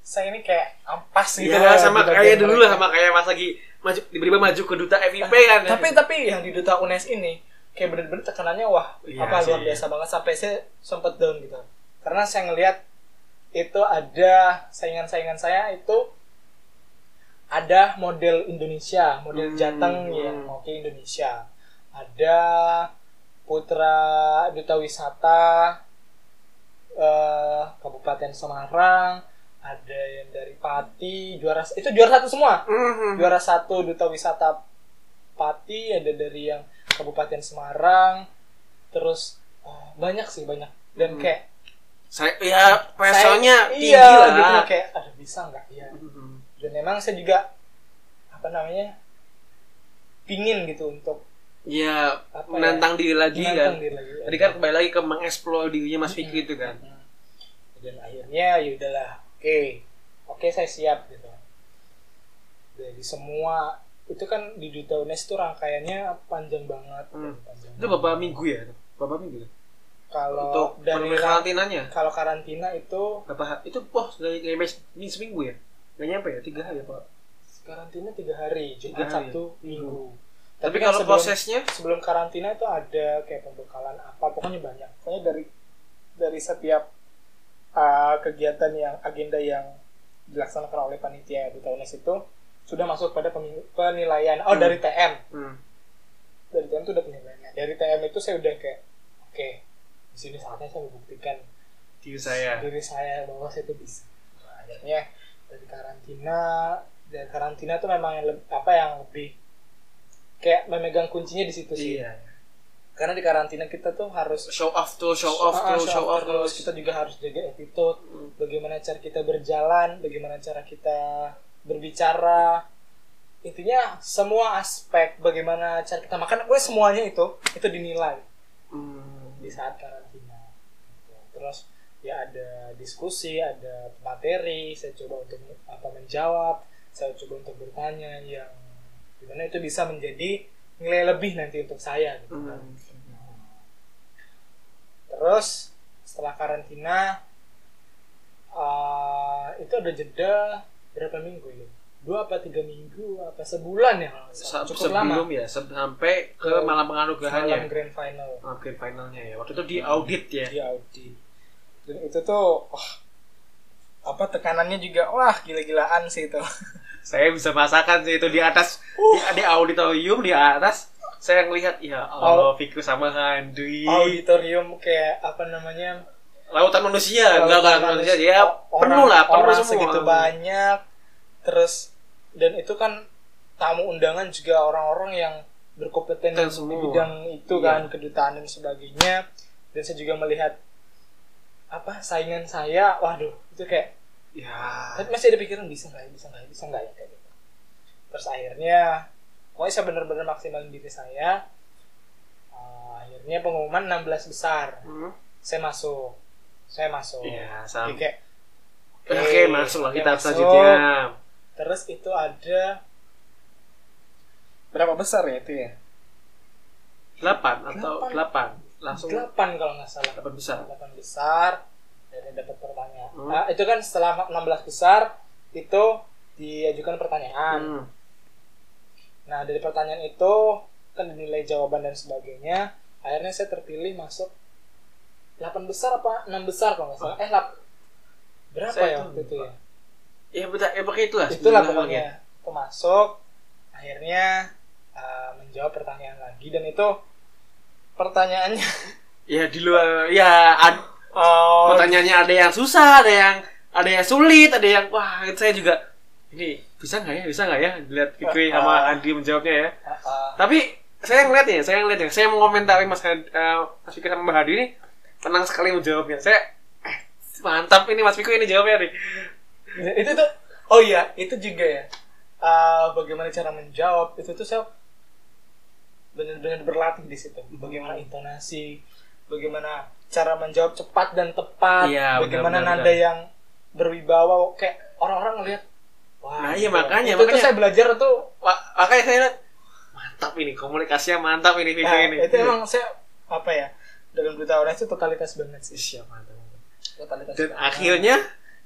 saya ini kayak ampas gitu ya, lah. Sama kayak dulu lah, sama kayak pas lagi maju tiba-tiba maju ke duta F I P kan. Tapi tapi yang di duta U N E S ini kayak bener-bener tekanannya wah ya, apa sih, luar biasa banget sampai saya sempat down gitu. Karena saya ngelihat itu ada saingan-saingan saya itu ada model Indonesia, model hmm, Jateng hmm. yang mau ke Indonesia. Ada putra duta wisata uh, Kabupaten Semarang, ada yang dari Pati, juara itu juara satu semua. Mm-hmm. Juara satu duta wisata Pati, ada dari yang Kabupaten Semarang. Terus uh, banyak sih, banyak. Dan mm. kayak saya ya pesonya tinggi iya, lah. Gitu, kayak ada bisa enggak ya. Mm-hmm. Dan memang saya juga apa namanya? Pingin gitu untuk ya menantang ya? diri lagi kan. Diri lagi, Tadi kan kembali lagi ke mengeksplor dirinya Mas Fikri itu kan. Dan akhirnya ya udahlah, oke, okay. oke okay, saya siap gitu. Dari semua itu kan di Duta U N E S itu rangkaiannya panjang banget. Hmm. Panjang itu berapa minggu ya? Berapa minggu? Kalau untuk dari karantinanya? Kalau karantina itu berapa? Itu poh dari ini seminggu ya? Nggak nyampe ya? Tiga hari ya Pak? Karantina tiga hari, Jumat, Sabtu, Minggu. Hmm. Tapi, Tapi kan kalau sebelum, prosesnya sebelum karantina itu ada kayak pembekalan apa, pokoknya banyak. Pokoknya dari dari setiap uh, kegiatan yang agenda yang dilaksanakan oleh panitia Duta U N E S itu sudah masuk pada penilaian. Oh, hmm. dari T M. Hmm. Dari T M itu udah penilaiannya. Dari T M itu saya udah kayak oke, okay, di sini saatnya saya membuktikan diri saya. Diri saya bahwa saya itu bisa. Nah, akhirnya dari karantina, dari karantina itu memang yang lebih, apa yang lebih kayak memegang kuncinya di situ sih. Iya. Karena di karantina kita tuh harus show off tuh, show off uh, tuh, show, show off terus. Kita juga harus jaga attitude, hmm. bagaimana cara kita berjalan, bagaimana cara kita berbicara. Intinya semua aspek bagaimana cara kita makan, gue semuanya itu itu dinilai hmm. di saat karantina. Terus ya ada diskusi, ada materi, saya coba untuk apa menjawab, saya coba untuk bertanya yang dimana itu bisa menjadi nilai lebih nanti untuk saya gitu kan. Hmm. Terus setelah karantina uh, itu ada jeda berapa minggu ya? Dua apa tiga minggu apa sebulan ya? Cukup sebelum lama. Ya sampai ke malam penganugerahannya. Malam grand final. Malam grand finalnya ya. Waktu itu di audit ya. Di audit. Dan itu tuh oh, apa tekanannya juga wah gila-gilaan sih itu. Saya bisa merasakan sih itu di atas uh. di, di auditorium di atas saya ngelihat ya Allah Fikri sama Handri. Auditorium kayak apa namanya? Lautan manusia, enggak kan manusia ya penuh lah, penuh semua. Segitu banyak. Terus dan itu kan tamu undangan juga orang-orang yang berkompeten di bidang itu kan, iya. Kedutaan dan sebagainya. Dan saya juga melihat apa saingan saya, waduh itu kayak ya. Tapi masih ada pikiran bisa nggak ya, bisa nggak ya, bisa nggak ya kayak gitu. Terus akhirnya, pokoknya saya benar-benar maksimalin diri saya. Uh, akhirnya pengumuman enam belas besar, hmm. saya masuk, saya masuk. Iya, sama. Kayak, oke, okay, masuk lah kita selanjutnya. Terus itu ada berapa besar ya itu ya? Delapan atau delapan, langsung. Delapan kalau nggak salah. Delapan besar. Delapan besar. Dan dapat pertanyaan. Hmm. Nah, itu kan setelah enam belas besar itu diajukan pertanyaan. Hmm. Nah, dari pertanyaan itu kan dinilai jawaban dan sebagainya. Akhirnya saya terpilih masuk delapan besar apa enam besar kalau nggak salah. Oh. Eh, lap, berapa saya ya waktu itu ya? Ya betul, ya pakai itulah. Itulah pokoknya. Aku masuk, akhirnya uh, menjawab pertanyaan lagi dan itu pertanyaannya. Ya di luar, ya. Ad- Oh, pertanyaannya ada yang susah, ada yang ada yang sulit, ada yang wah saya juga ini bisa nggak ya, bisa nggak ya lihat Fikri uh, sama Andi menjawabnya ya. Uh, uh. Tapi saya ngeliatnya, saya ngeliatnya, saya mau komentari Mas uh, Mas Fikri sama Mbak Hadi ini tenang sekali menjawabnya. Saya eh, mantap ini Mas Fikri ini jawabnya nih. Itu tuh, oh iya itu juga ya. Uh, bagaimana cara menjawab itu tuh saya benar-benar berlatih di situ. Bagaimana intonasi, bagaimana cara menjawab cepat dan tepat, iya, bagaimana benar, nada benar. Yang berwibawa, kayak orang-orang ngelihat, wah, nah iya makanya, itu makanya tuh saya belajar tuh, makanya saya lihat mantap ini komunikasinya mantap ini video nah, ini. Itu emang saya apa ya dalam Duta U N E S itu totalitas banget sih. Siap mantap. Totalitas dan banget. Akhirnya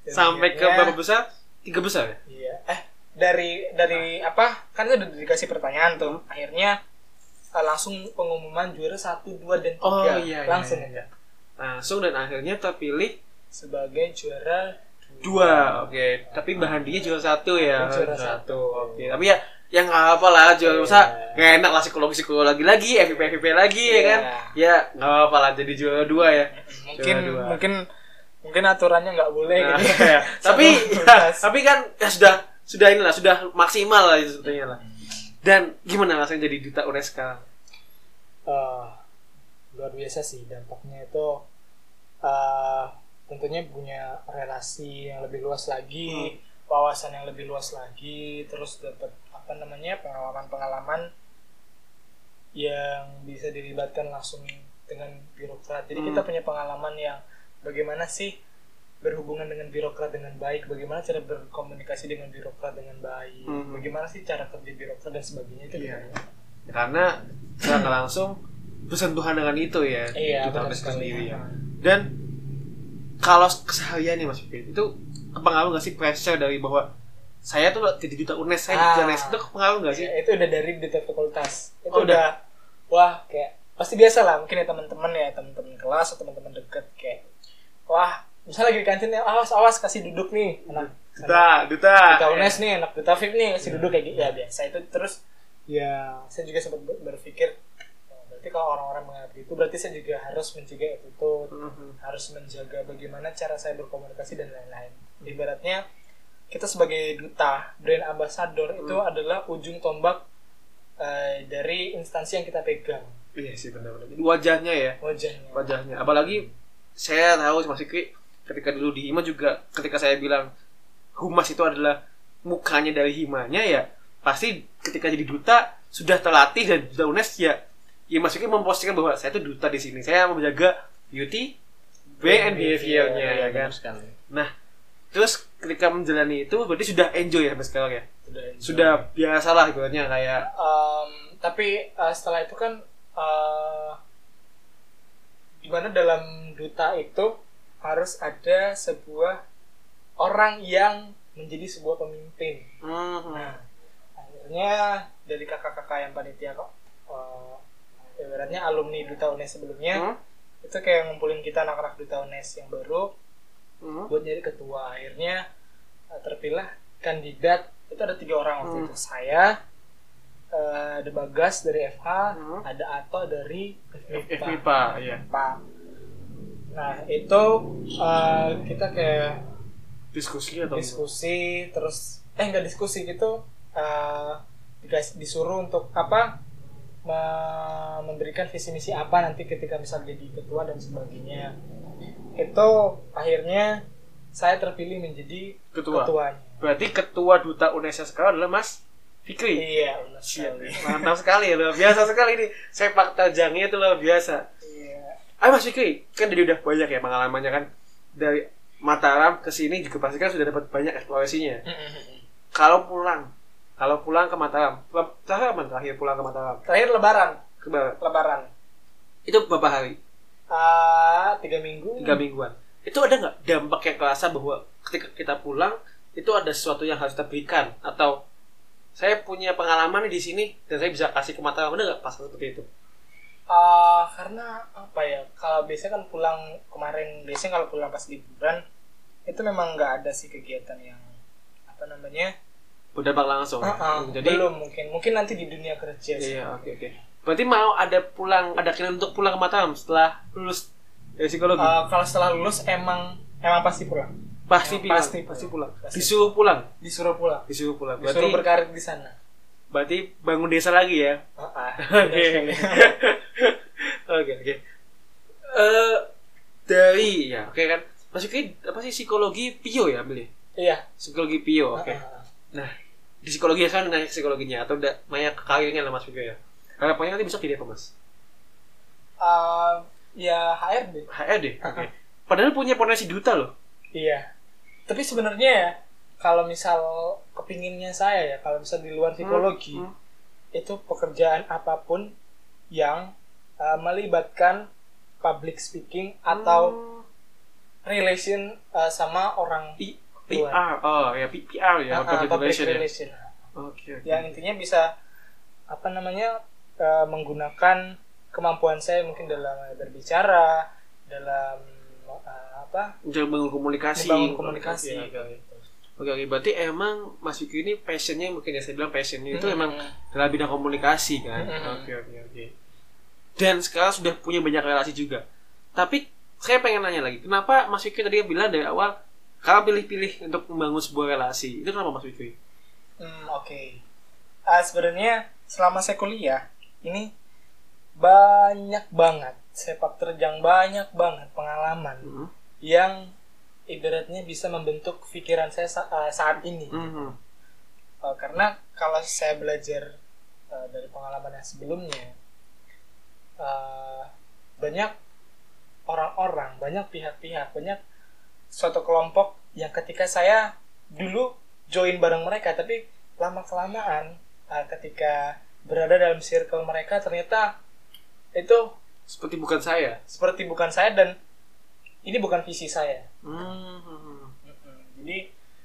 sampai ke berapa besar? Tiga besar ya? Iya. Eh dari dari ah. apa? Kan udah dikasih pertanyaan tuh. Hmm. Akhirnya uh, langsung pengumuman juara satu, dua dan tiga. Oh iya. Langsung iya, iya. Langsung dan akhirnya terpilih sebagai juara dua. Dua. Oke. Okay. Tapi Mbak Handinya juara satu ya. Juara satu. Oke. Okay. Tapi ya yang nggak apa lah juara masa nggak enak lah psikologi psikologi lagi, F V P F V P lagi ya kan? Ya nggak apa lah jadi juara dua ya. Mungkin dua. mungkin mungkin aturannya nggak boleh nah, gitu. Ya. tapi ya, tapi kan ya sudah sudah inilah sudah maksimal lah itu sebetulnya lah. Dan gimana rasanya jadi duta U N E S sekarang? Uh, luar biasa sih dampaknya itu. Uh, tentunya punya relasi yang lebih luas lagi, hmm. wawasan yang lebih luas lagi, terus dapat apa namanya pengalaman-pengalaman yang bisa dilibatkan langsung dengan birokrat. Jadi hmm. kita punya pengalaman yang bagaimana sih berhubungan dengan birokrat dengan baik, bagaimana cara berkomunikasi dengan birokrat dengan baik, hmm. bagaimana sih cara kerja birokrat dan sebagainya itu. Iya. Ya, karena secara langsung bersentuhan dengan itu ya, iya, duta U N E S sendiri ya. Dan kalau keseharian nih Mas Fikri, itu kepengaruh nggak sih pressure dari bahwa saya tuh jadi duta U N E S, saya ah, duta U N E S itu kepengaruh nggak sih? Ya, itu udah dari duta fakultas. Itu oh, udah, wah kayak pasti biasa lah mungkin ya teman-teman ya teman-teman kelas atau teman-teman deket kayak, wah misalnya lagi di kantin ya awas awas kasih duduk nih anak duta duta duta U N E S nih anak duta F I P nih kasih duduk kayak gitu ya biasa itu. Terus ya saya juga sempat berpikir berarti kalau orang-orang menganggap gitu berarti saya juga harus mencegah itu mm-hmm. harus menjaga bagaimana cara saya berkomunikasi dan lain-lain. Ibaratnya kita sebagai duta brand ambassador mm. itu adalah ujung tombak uh, dari instansi yang kita pegang. Iya sih benar-benar. Wajahnya ya. Wajahnya. Wajahnya. Apalagi saya tahu Mas Fikri ketika dulu di Hima juga ketika saya bilang humas itu adalah mukanya dari Himanya ya pasti ketika jadi duta sudah terlatih dan duta U N E S ya ya Mas Fikri mempostingkan bahwa saya itu duta di sini, saya menjaga beauty brand and behavior-nya ya, ya kan. Nah, terus ketika menjalani itu berarti sudah enjoy ya Mas sekarang ya. Sudah, sudah biasalah ibaratnya kayak um, tapi uh, setelah itu kan uh, gimana dalam duta itu harus ada sebuah orang yang menjadi sebuah pemimpin. Mm-hmm. Nah, akhirnya dari kakak-kakak yang panitia kok uh, ibaratnya alumni duta U N E S sebelumnya hmm? itu kayak ngumpulin kita anak-anak duta U N E S yang baru hmm? buat jadi ketua. Akhirnya uh, terpilih kandidat itu ada tiga orang waktu hmm. itu. Saya, uh, ada Bagas dari F H, hmm? ada Ato dari F M I P A. Iya. Nah itu uh, kita kayak diskusi atau diskusi apa? Terus eh nggak diskusi gitu uh, disuruh untuk apa? memberikan visi misi apa nanti ketika misal jadi ketua dan sebagainya. Itu akhirnya saya terpilih menjadi ketua. ketuanya. Berarti ketua duta U N E S sekarang adalah Mas Fikri. Iya, benar sekali. Mantap sekali ya, luar biasa sekali ini. Sepak terjangnya itu luar biasa. Iya. Ayo Mas Fikri, kan jadi udah banyak ya pengalamannya kan dari Mataram ke sini juga pasti kan sudah dapat banyak eksplorasinya. Kalau pulang Kalau pulang ke Mataram, terakhir kapan terakhir pulang ke Mataram? Terakhir Lebaran. Lebaran. Lebaran. Itu berapa hari? Uh, tiga minggu. Tiga mingguan. Itu ada nggak dampak yang kerasa bahwa ketika kita pulang itu ada sesuatu yang harus kita berikan atau saya punya pengalaman di sini dan saya bisa kasih ke Mataram, ada nggak pas seperti itu? Uh, karena apa ya? Kalau biasanya kan pulang kemarin, biasanya kalau pulang pas liburan itu memang nggak ada sih kegiatan yang apa namanya? Berdampak langsung. Uh-uh, Jadi belum mungkin, mungkin nanti di dunia kerja sih. Iya, oke okay, oke. Okay. Berarti mau ada pulang, ada keinginan untuk pulang ke Mataram setelah lulus dari psikologi? Uh, kalau setelah lulus emang emang pasti pulang. Pasti emang pulang. Pasti, pasti pulang. Pasti. Disuruh pulang. Disuruh pulang. Disuruh pulang. Berarti, disuruh berkarir di sana. Berarti bangun desa lagi ya? Oke. Oke oke. Dari ya, oke okay, kan? Maksudnya apa sih psikologi Pio ya ambilnya? Iya. Psikologi Pio, oke. Okay. Uh-huh. Nah, di psikologi kan nanya psikologinya atau udah banyak karirnya lah Mas Fikri ya. Harapannya nanti besok jadi apa Mas? Uh, ya H R D. H R D, oke. Okay. Padahal punya potensi duta loh. Iya. Tapi sebenarnya ya kalau misal kepinginnya saya ya kalau misal di luar psikologi hmm. Hmm. itu pekerjaan apapun yang uh, melibatkan public speaking atau hmm. relation uh, sama orang P- PR, oh ya P R ya, uh, uh, public relation. relation. Ya? Okay, okay. Yang intinya bisa apa namanya uh, menggunakan kemampuan saya mungkin dalam berbicara, dalam uh, apa? Membangun komunikasi. Membangun komunikasi. Oke, okay, okay. Oke, oke. Berarti emang Mas Vicky ini passionnya mungkin ya saya bilang passionnya itu mm-hmm. emang dalam bidang komunikasi kan. Oke, oke, oke. Dan sekarang sudah punya banyak relasi juga. Tapi saya pengen nanya lagi, kenapa Mas Vicky tadi bilang dari awal kalau pilih-pilih untuk membangun sebuah relasi, itu kenapa Mas Vicky? Hmm, oke. Okay. Uh, sebenarnya selama saya kuliah ini banyak banget sepak terjang, banyak banget pengalaman mm-hmm. yang ibaratnya bisa membentuk pikiran saya sa- uh, saat ini. Mm-hmm. Uh, karena kalau saya belajar uh, dari pengalaman yang sebelumnya, uh, banyak orang-orang, banyak pihak-pihak, banyak suatu kelompok yang ketika saya dulu join bareng mereka, tapi lama-kelamaan uh, ketika berada dalam circle mereka ternyata itu seperti bukan saya, seperti bukan saya dan ini bukan visi saya. Mm-hmm. Jadi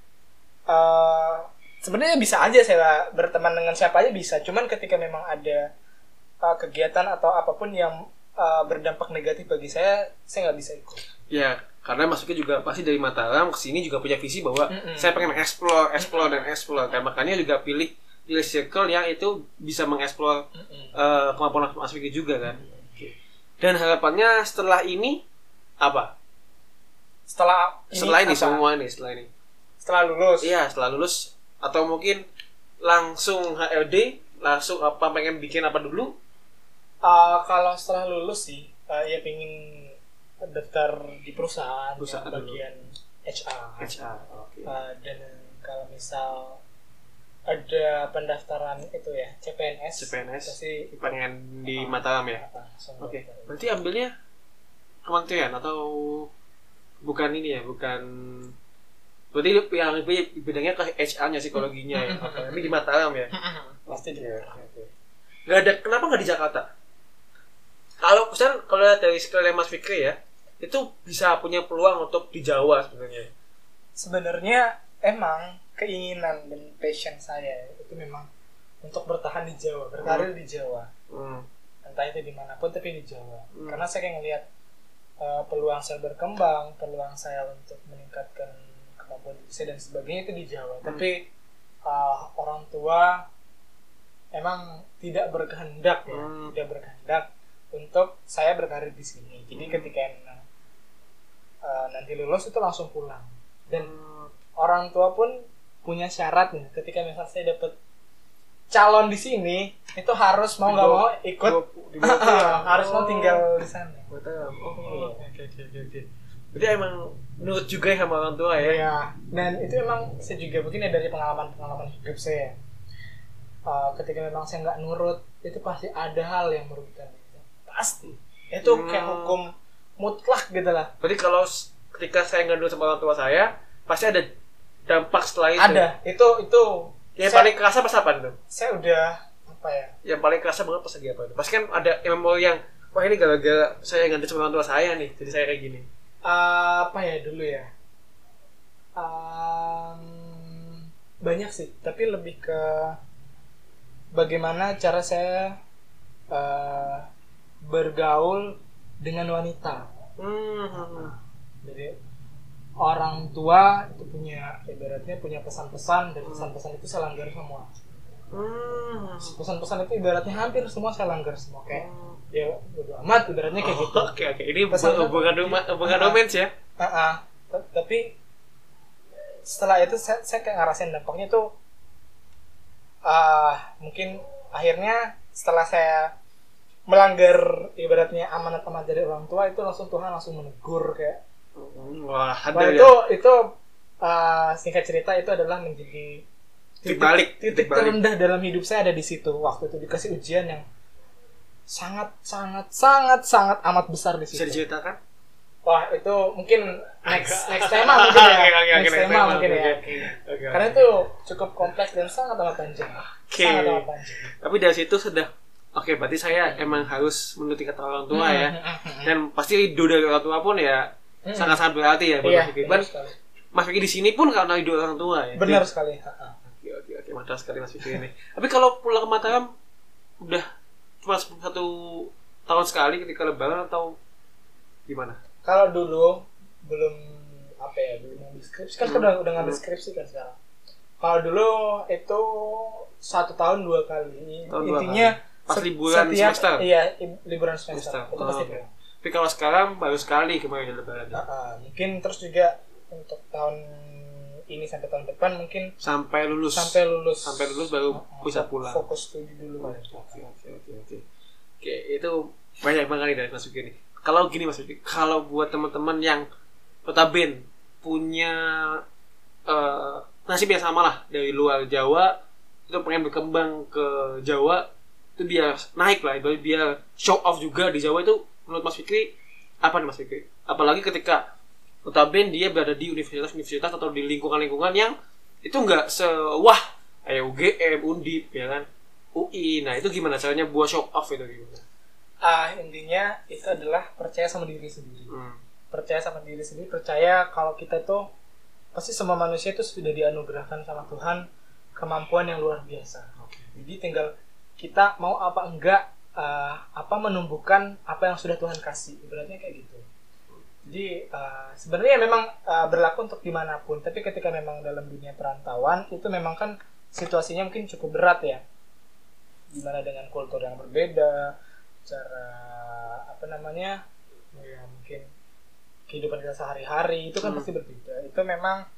uh, sebenarnya bisa aja saya berteman dengan siapa aja bisa, cuman ketika memang ada uh, kegiatan atau apapun yang uh, berdampak negatif bagi saya, saya nggak bisa ikut. Ya, karena masuknya juga pasti dari Mataram ke sini juga punya visi bahwa Mm-mm. saya pengen explore, explore dan explore. Kayak makanya juga pilih pilih circle yang itu bisa mengeksplor uh, kemampuan Mas Vicky juga kan. Okay. Dan harapannya setelah ini apa? Setelah ini, setelah ini apa? semua nih, setelah ini. Setelah lulus. Iya, setelah lulus atau mungkin langsung H L D, langsung apa pengen bikin apa dulu? Uh, kalau setelah lulus sih, uh, ya pengen daftar di perusahaan, perusahaan bagian H R. H R, oke. Okay. Uh, dan kalau misal ada pendaftaran itu ya C P N S, C P N S pasti pengen di uh, Mataram ya. Oke. Okay. Berarti ambilnya kementerian atau bukan ini ya, bukan. Berarti yang bidangnya ke H R-nya, psikologinya ya. Okay. Tapi di Mataram ya. Pasti di Mataram. Okay. Gak ada, kenapa nggak di Jakarta? Kalau misalnya kalau dari skill Mas Fikri ya, itu bisa punya peluang untuk di Jawa sebenarnya. Sebenarnya emang keinginan dan passion saya itu memang untuk bertahan di Jawa, berkarir hmm. di Jawa. Hmm. Entah itu dimanapun tapi di Jawa. Hmm. Karena saya kayak ngelihat uh, peluang saya berkembang, peluang saya untuk meningkatkan kemampuan saya dan sebagainya itu di Jawa. Hmm. Tapi uh, orang tua emang tidak berkehendak ya, hmm. tidak berkehendak untuk saya berkarir di sini. Jadi hmm. ketika uh, nanti lulus itu langsung pulang. Dan hmm. orang tua pun punya syaratnya. Ketika misal saya dapat calon di sini, itu harus mau nggak mau ikut, di bawah, di bawah, harus oh. mau tinggal di sana. Betul. Oh, oke oke oke. Jadi emang menurut juga ya sama orang tua ya. Iya. Dan itu emang saya juga mungkin ya dari pengalaman-pengalaman hidup saya. Uh, ketika memang saya nggak nurut, itu pasti ada hal yang merugikan. Pasti itu hmm. kayak hukum mutlak gitu lah. Berarti kalau ketika saya nggak dulu sama orang tua saya, pasti ada dampak setelah itu. Ada, itu itu. Yang saya, paling kerasa pas apa tuh? Saya udah apa ya? Yang paling kerasa banget pas lagi apa itu? Pasti kan ada memori yang wah ini gara-gara saya nggak sama orang tua saya nih, jadi saya kayak gini. Uh, apa ya dulu ya? Um, banyak sih, tapi lebih ke bagaimana cara saya uh, bergaul dengan wanita. Hmm. Jadi orang tua itu punya ibaratnya punya pesan-pesan dan pesan-pesan itu saya langgar semua. Hmm. Pesan-pesan itu ibaratnya hampir semua saya langgar semua kayak hmm. ya bodo amat ibaratnya kayak oh, gitu. Oke okay, oke okay. Ini hubungan hubungan romans ya. Heeh. Uh, uh, tapi setelah itu saya, saya kayak ngerasain dampaknya tuh uh, mungkin akhirnya setelah saya melanggar ibaratnya amanat-amanat dari orang tua itu langsung Tuhan langsung menegur kayak wah ada wah, ya. itu itu uh, singkat cerita itu adalah menjadi titik balik titik, titik terendah dalam hidup saya ada di situ waktu itu dikasih ujian yang sangat sangat sangat sangat amat besar di situ. Bisa diceritakan? Wah itu mungkin next next tema mungkin ya okay, okay, next tema mungkin okay, ya okay. Okay, karena okay. itu cukup kompleks dan sangat amat panjang. Okay. Sangat amat panjang. Tapi dari situ sudah oke, okay, berarti saya emang harus menuruti kata orang tua ya. Dan pasti ridho dari orang tua pun ya hmm. sangat-sangat berarti ya buat iya, Mas Fikri. Mas Fikri di sini pun karena idul orang tua ya. Benar Jadi, sekali. Oke oke oke, mantap sekali Mas Fikri ini. Tapi kalau pulang ke Mataram udah cuma satu tahun sekali ketika Lebaran atau gimana? Kalau dulu belum apa ya, belum ngambil skripsi kan hmm. udah udah ngambil skripsi kan sekarang. Kalau dulu itu satu tahun dua kali. Tahun Intinya dua kali. Pas liburan setiap, semester. Iya, liburan semester. semester. Itu oh, pasti. Okay. Tapi kalau sekarang baru sekali kemarin Lebaran. Uh, uh, mungkin terus juga untuk tahun ini sampai tahun depan mungkin sampai lulus sampai lulus sampai lulus baru uh, bisa pulang. Fokus studi dulu. Oke oke oke oke. Oke, itu banyak banget nih dari Mas Fikri. Kalau gini Mas Fikri, kalau buat teman-teman yang notabene punya uh, nasib yang sama lah dari luar Jawa itu pengen berkembang ke Jawa itu biar naik lah, biar show off juga di Jawa itu menurut Mas Fikri apa nih Mas Fikri? Apalagi ketika notabene dia berada di universitas-universitas atau di lingkungan-lingkungan yang itu nggak sewah kayak U G M, Undip ya kan, U I. Nah itu gimana caranya buat show off itu gimana? Ah intinya itu adalah percaya sama diri sendiri. Hmm. Percaya sama diri sendiri, percaya kalau kita tuh pasti semua manusia itu sudah dianugerahkan sama Tuhan kemampuan yang luar biasa. Okay. Jadi tinggal kita mau apa enggak uh, apa menumbuhkan apa yang sudah Tuhan kasih. Ibaratnya kayak gitu. Jadi uh, sebenarnya memang uh, berlaku untuk dimanapun, tapi ketika memang dalam dunia perantauan itu memang kan situasinya mungkin cukup berat ya, dimana dengan kultur yang berbeda, cara apa namanya ya mungkin kehidupan kita sehari-hari itu kan hmm. pasti berbeda. Itu memang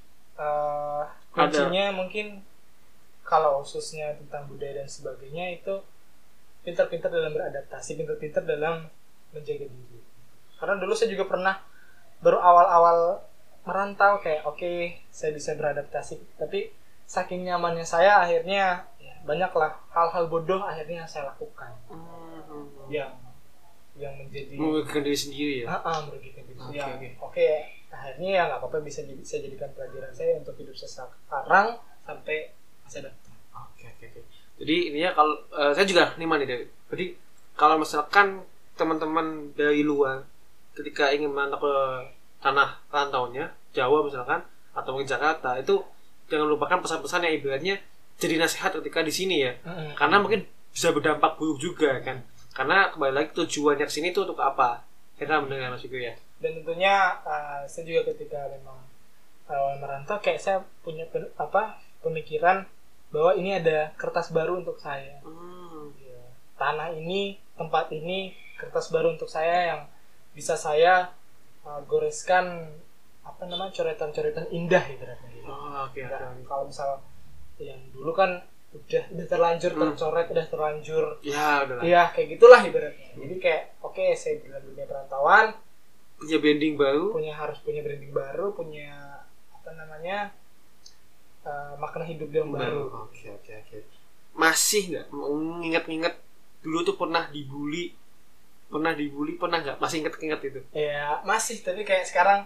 uh, kuncinya mungkin kalau khususnya tentang budaya dan sebagainya itu pintar-pintar dalam beradaptasi, pintar-pintar dalam menjaga diri. Karena dulu saya juga pernah baru awal-awal merantau kayak oke okay, saya bisa beradaptasi, tapi saking nyamannya saya akhirnya ya, banyaklah hal-hal bodoh akhirnya saya lakukan hmm. yang yang menjadi merugikan diri sendiri ya. Ah, merugikan diri sendiri. Oke, oke. Oke, akhirnya ya nggak apa-apa bisa bisa jadikan pelajaran saya untuk hidup saya sekarang sampai masa depan. Oke oke oke. Jadi ininya kalau uh, saya juga nih nih dari. Jadi kalau misalkan teman-teman dari luar ketika ingin merantau ke tanah rantaunya Jawa misalkan atau mungkin Jakarta itu jangan lupakan pesan-pesan yang ibaratnya jadi nasihat ketika di sini ya. Mm-hmm. Karena mungkin bisa berdampak buruk juga kan. Karena kembali lagi tujuannya ke sini tuh untuk apa? Kita mendengar Mas Fikri ya. Dan tentunya uh, saya juga ketika memang awal merantau kayak saya punya pen, apa pemikiran bahwa ini ada kertas baru untuk saya. Hmm. Ya. Tanah ini, tempat ini kertas baru untuk saya yang bisa saya uh, goreskan apa namanya coretan-coretan indah ibaratnya gitu. Oh, okay, nah, okay. Kalau misal yang dulu kan udah udah terlanjur hmm. tercoret, udah terlanjur ya udah ya kayak gitulah ibaratnya. Hmm. Jadi kayak oke okay, saya dalam dunia perantauan punya branding baru, punya harus punya branding baru, punya apa namanya uh, makna hidup yang baru. Oke oke oke. Masih nggak mengingat-ingat dulu tuh pernah dibully? Pernah dibully, pernah nggak? Masih inget-inget itu? Ya masih, tapi kayak sekarang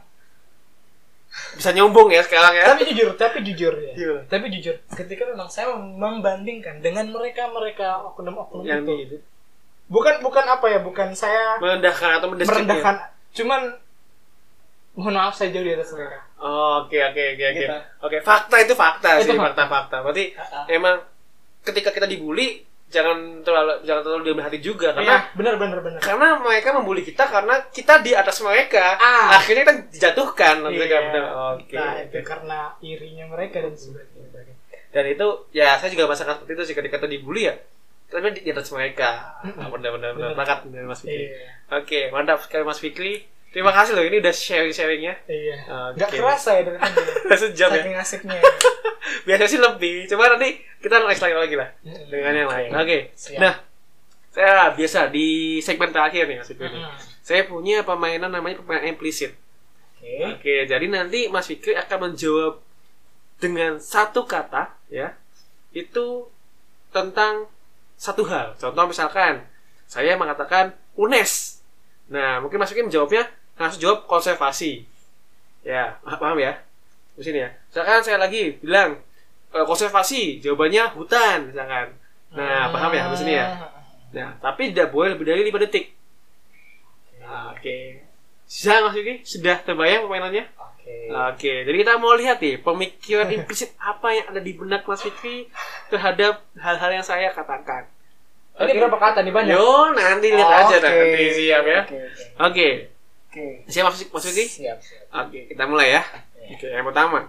bisa nyombong ya sekarang ya. Tapi jujur, tapi jujur ya. Iya. Tapi jujur, ketika memang saya membandingkan dengan mereka-mereka oknum-oknum yang itu, itu, bukan bukan apa ya, bukan saya merendahkan atau mendeskripsikan. Merendahkan, cuman mohon maaf saya jauh di atas mereka. Oke oke oke oke. Oke, fakta itu fakta itu sih, fakta-fakta. Berarti uh-uh. emang ketika kita dibully jangan terlalu jangan terlalu diambil hati juga karena ya, benar benar benar karena mereka membuli kita karena kita di atas mereka ah. akhirnya kita dijatuhkan iya. benar oke nah, itu karena irinya mereka dan sebagainya dan itu ya saya juga merasakan seperti itu sih ketika kita dibully ya tapi di atas mereka benar-benar benar banget Mas Fikri iya. Oke mantap sekali Mas Fikri. Terima kasih loh, ini udah sharing-sharingnya. Iya. Okay. Gak kerasa ya dari tadi. Sejam ya. Saking asiknya. Biasanya sih lebih, cuma nanti kita next lagi lagi lah mm-hmm. dengan yang lain. Oke. Okay. Nah, saya biasa di segmen terakhir nih Mas Fikri. Mm-hmm. Saya punya permainan namanya permainan implisit. Oke. Okay. Oke, okay, jadi nanti Mas Fikri akan menjawab dengan satu kata, ya, itu tentang satu hal. Contoh misalkan saya mengatakan U N E S. Nah, mungkin Mas Fikri menjawabnya langsung jawab konservasi. Ya, paham ya? Di sini ya. Misalkan saya lagi bilang e, konservasi, jawabannya hutan misalkan. Nah, paham ya di sini ya? Nah, tapi tidak boleh lebih dari lima detik. Nah, oke. Okay. Sudah Mas Fikri? Sudah terbayang permainannya? Oke. Oke, jadi kita mau lihat nih pemikiran implisit apa yang ada di benak Mas Fikri terhadap hal-hal yang saya katakan. Ini okay. Berapa kata nih banyak? Yo, nanti lihat oh, aja okay. Nanti siap ya. Oke. Okay, okay. okay. okay. Siap Mas, Mas Fikri? Siap, siap. Oke, okay, kita mulai ya. Yeah. Oke, okay, yang pertama.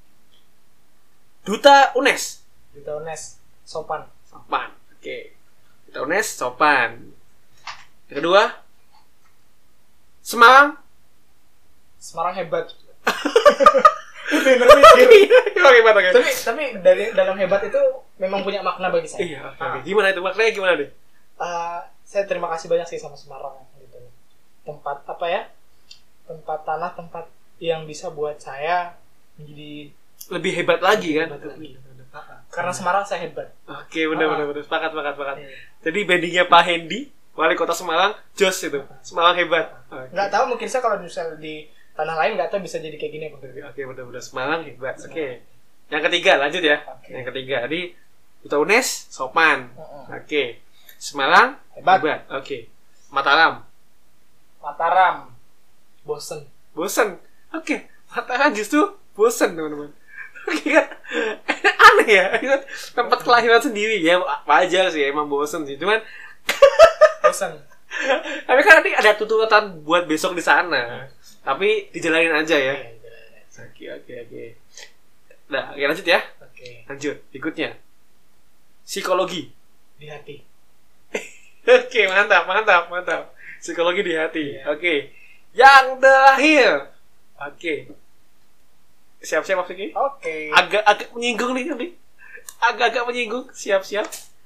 Duta U N E S. Duta U N E S sopan. Sopan. Oke. Okay. Duta U N E S sopan. Yang kedua, Semarang. Semarang hebat. Itu bener mikir. Hebat, okay. Tapi tapi dari dalam hebat itu memang punya makna bagi saya. Iya. Okay. Ah. Gimana itu maknanya gimana deh? Uh, saya terima kasih banyak sih sama Semarang gitu. Tempat apa ya? Tempat tanah tempat yang bisa buat saya menjadi lebih hebat lagi kan? Hebat lagi. Karena Semarang saya hebat. Oke, okay, benar-benar benar. Sepakat, sepakat, sepakat. Iya. Jadi bandingnya Pak Hendy, wali kota Semarang, jos itu. Semarang hebat. Okay. Nggak tahu mungkin saya kalau misalnya di tanah lain nggak tahu bisa jadi kayak gini. Oke, okay, benar-benar Semarang hebat. Oke. Okay. Yang ketiga lanjut ya. Okay. Yang ketiga tadi Duta U N E S sopan. Uh-uh. Oke. Okay. Semarang hebat. hebat. Oke. Okay. Mataram. Mataram bosen. Bosen. Oke. Okay. Mataram justru bosen teman-teman. Oke kan aneh ya. Tempat kelahiran sendiri ya wajar sih emang bosen sih. Cuman bosen. Tapi kan nanti ada tuntutan buat besok di sana. Tapi dijalanin aja ya. Oke oke oke. Nah, oke lanjut ya. Oke. Lanjut. Berikutnya. Psikologi di hati. Oke, mantap, mantap, mantap. Psikologi di hati. Yeah. Oke. Yang terakhir. Oke. Siap-siap Mas Fikri? Oke. Agak-agak menyinggung nih nih. Agak-agak menyinggung. Siap-siap.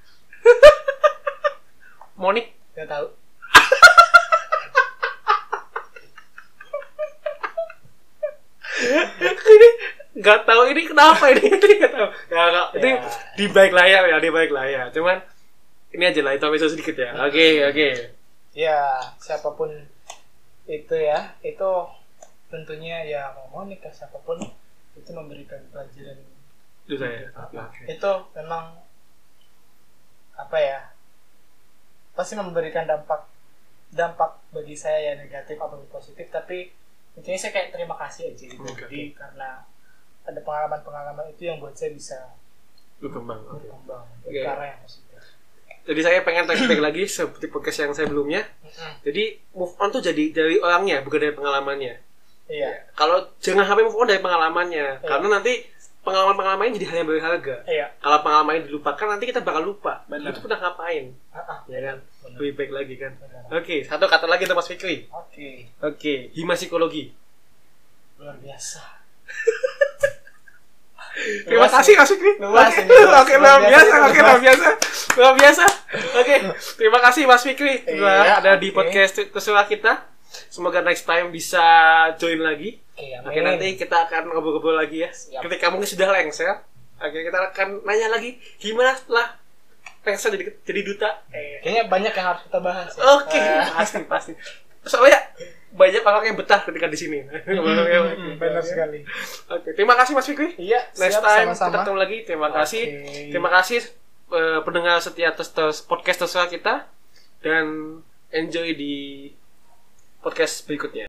Monik? Gak tahu. Gak tahu ini kenapa ini ini gak tahu. Gak, gak. Itu ya. Di balik layar ya, di balik layar. Cuman ini aja lah, itu episode sedikit ya. Oke, okay, oke. Okay. Ya, siapapun itu ya, itu tentunya ya mau nikah siapapun itu memberikan pelajaran. Itu saya. Okay. Itu memang apa ya? Pasti memberikan dampak dampak bagi saya ya negatif atau positif, tapi intinya saya kayak terima kasih aja gitu. Okay. Jadi karena ada pengalaman-pengalaman itu yang buat saya bisa berkembang. Berkembang. Okay. Karena yang positif. Jadi saya pengen tag lagi seperti podcast yang saya sebelumnya. Mm-hmm. Jadi move on tuh jadi dari orangnya, bukan dari pengalamannya. Iya. Ya. Kalau jangan sampai move on dari pengalamannya, iya. Karena nanti pengalaman-pengalamannya jadi hal yang berharga. Iya. Kalau pengalamannya dilupakan, nanti kita bakal lupa. Benar. Itu pernah ngapain? Uh-uh. Ya kan? Benar. Lebih baik lagi kan. Oke, okay, satu kata lagi untuk Mas Fikri. Oke. Okay. Oke, okay. Hima psikologi. Luar biasa. Terima kasih Mas Fikri. Oke, luar biasa. Oke, luar biasa. Luar biasa. Oke, terima kasih Mas Fikri sudah ada di podcast terserah kita. Semoga next time bisa join lagi. Oke, okay, nanti kita akan ngobrol-ngobrol lagi ya. Siap. Ketika mungkin sudah lengser, oke okay, kita akan nanya lagi gimana setelah lengser jadi jadi duta. Eh, kayaknya banyak yang harus kita bahas. Ya? Oke, okay, uh. pasti pasti. Soalnya banyak orang yang betah ketika di sini. Hmm, benar sekali. Oke, okay, terima kasih Mas Fikri. Iya, next siap, time sama-sama. kita ketemu lagi. Terima okay. kasih. Terima kasih uh, pendengar setia tes podcast terserah kita dan enjoy di podcast berikutnya.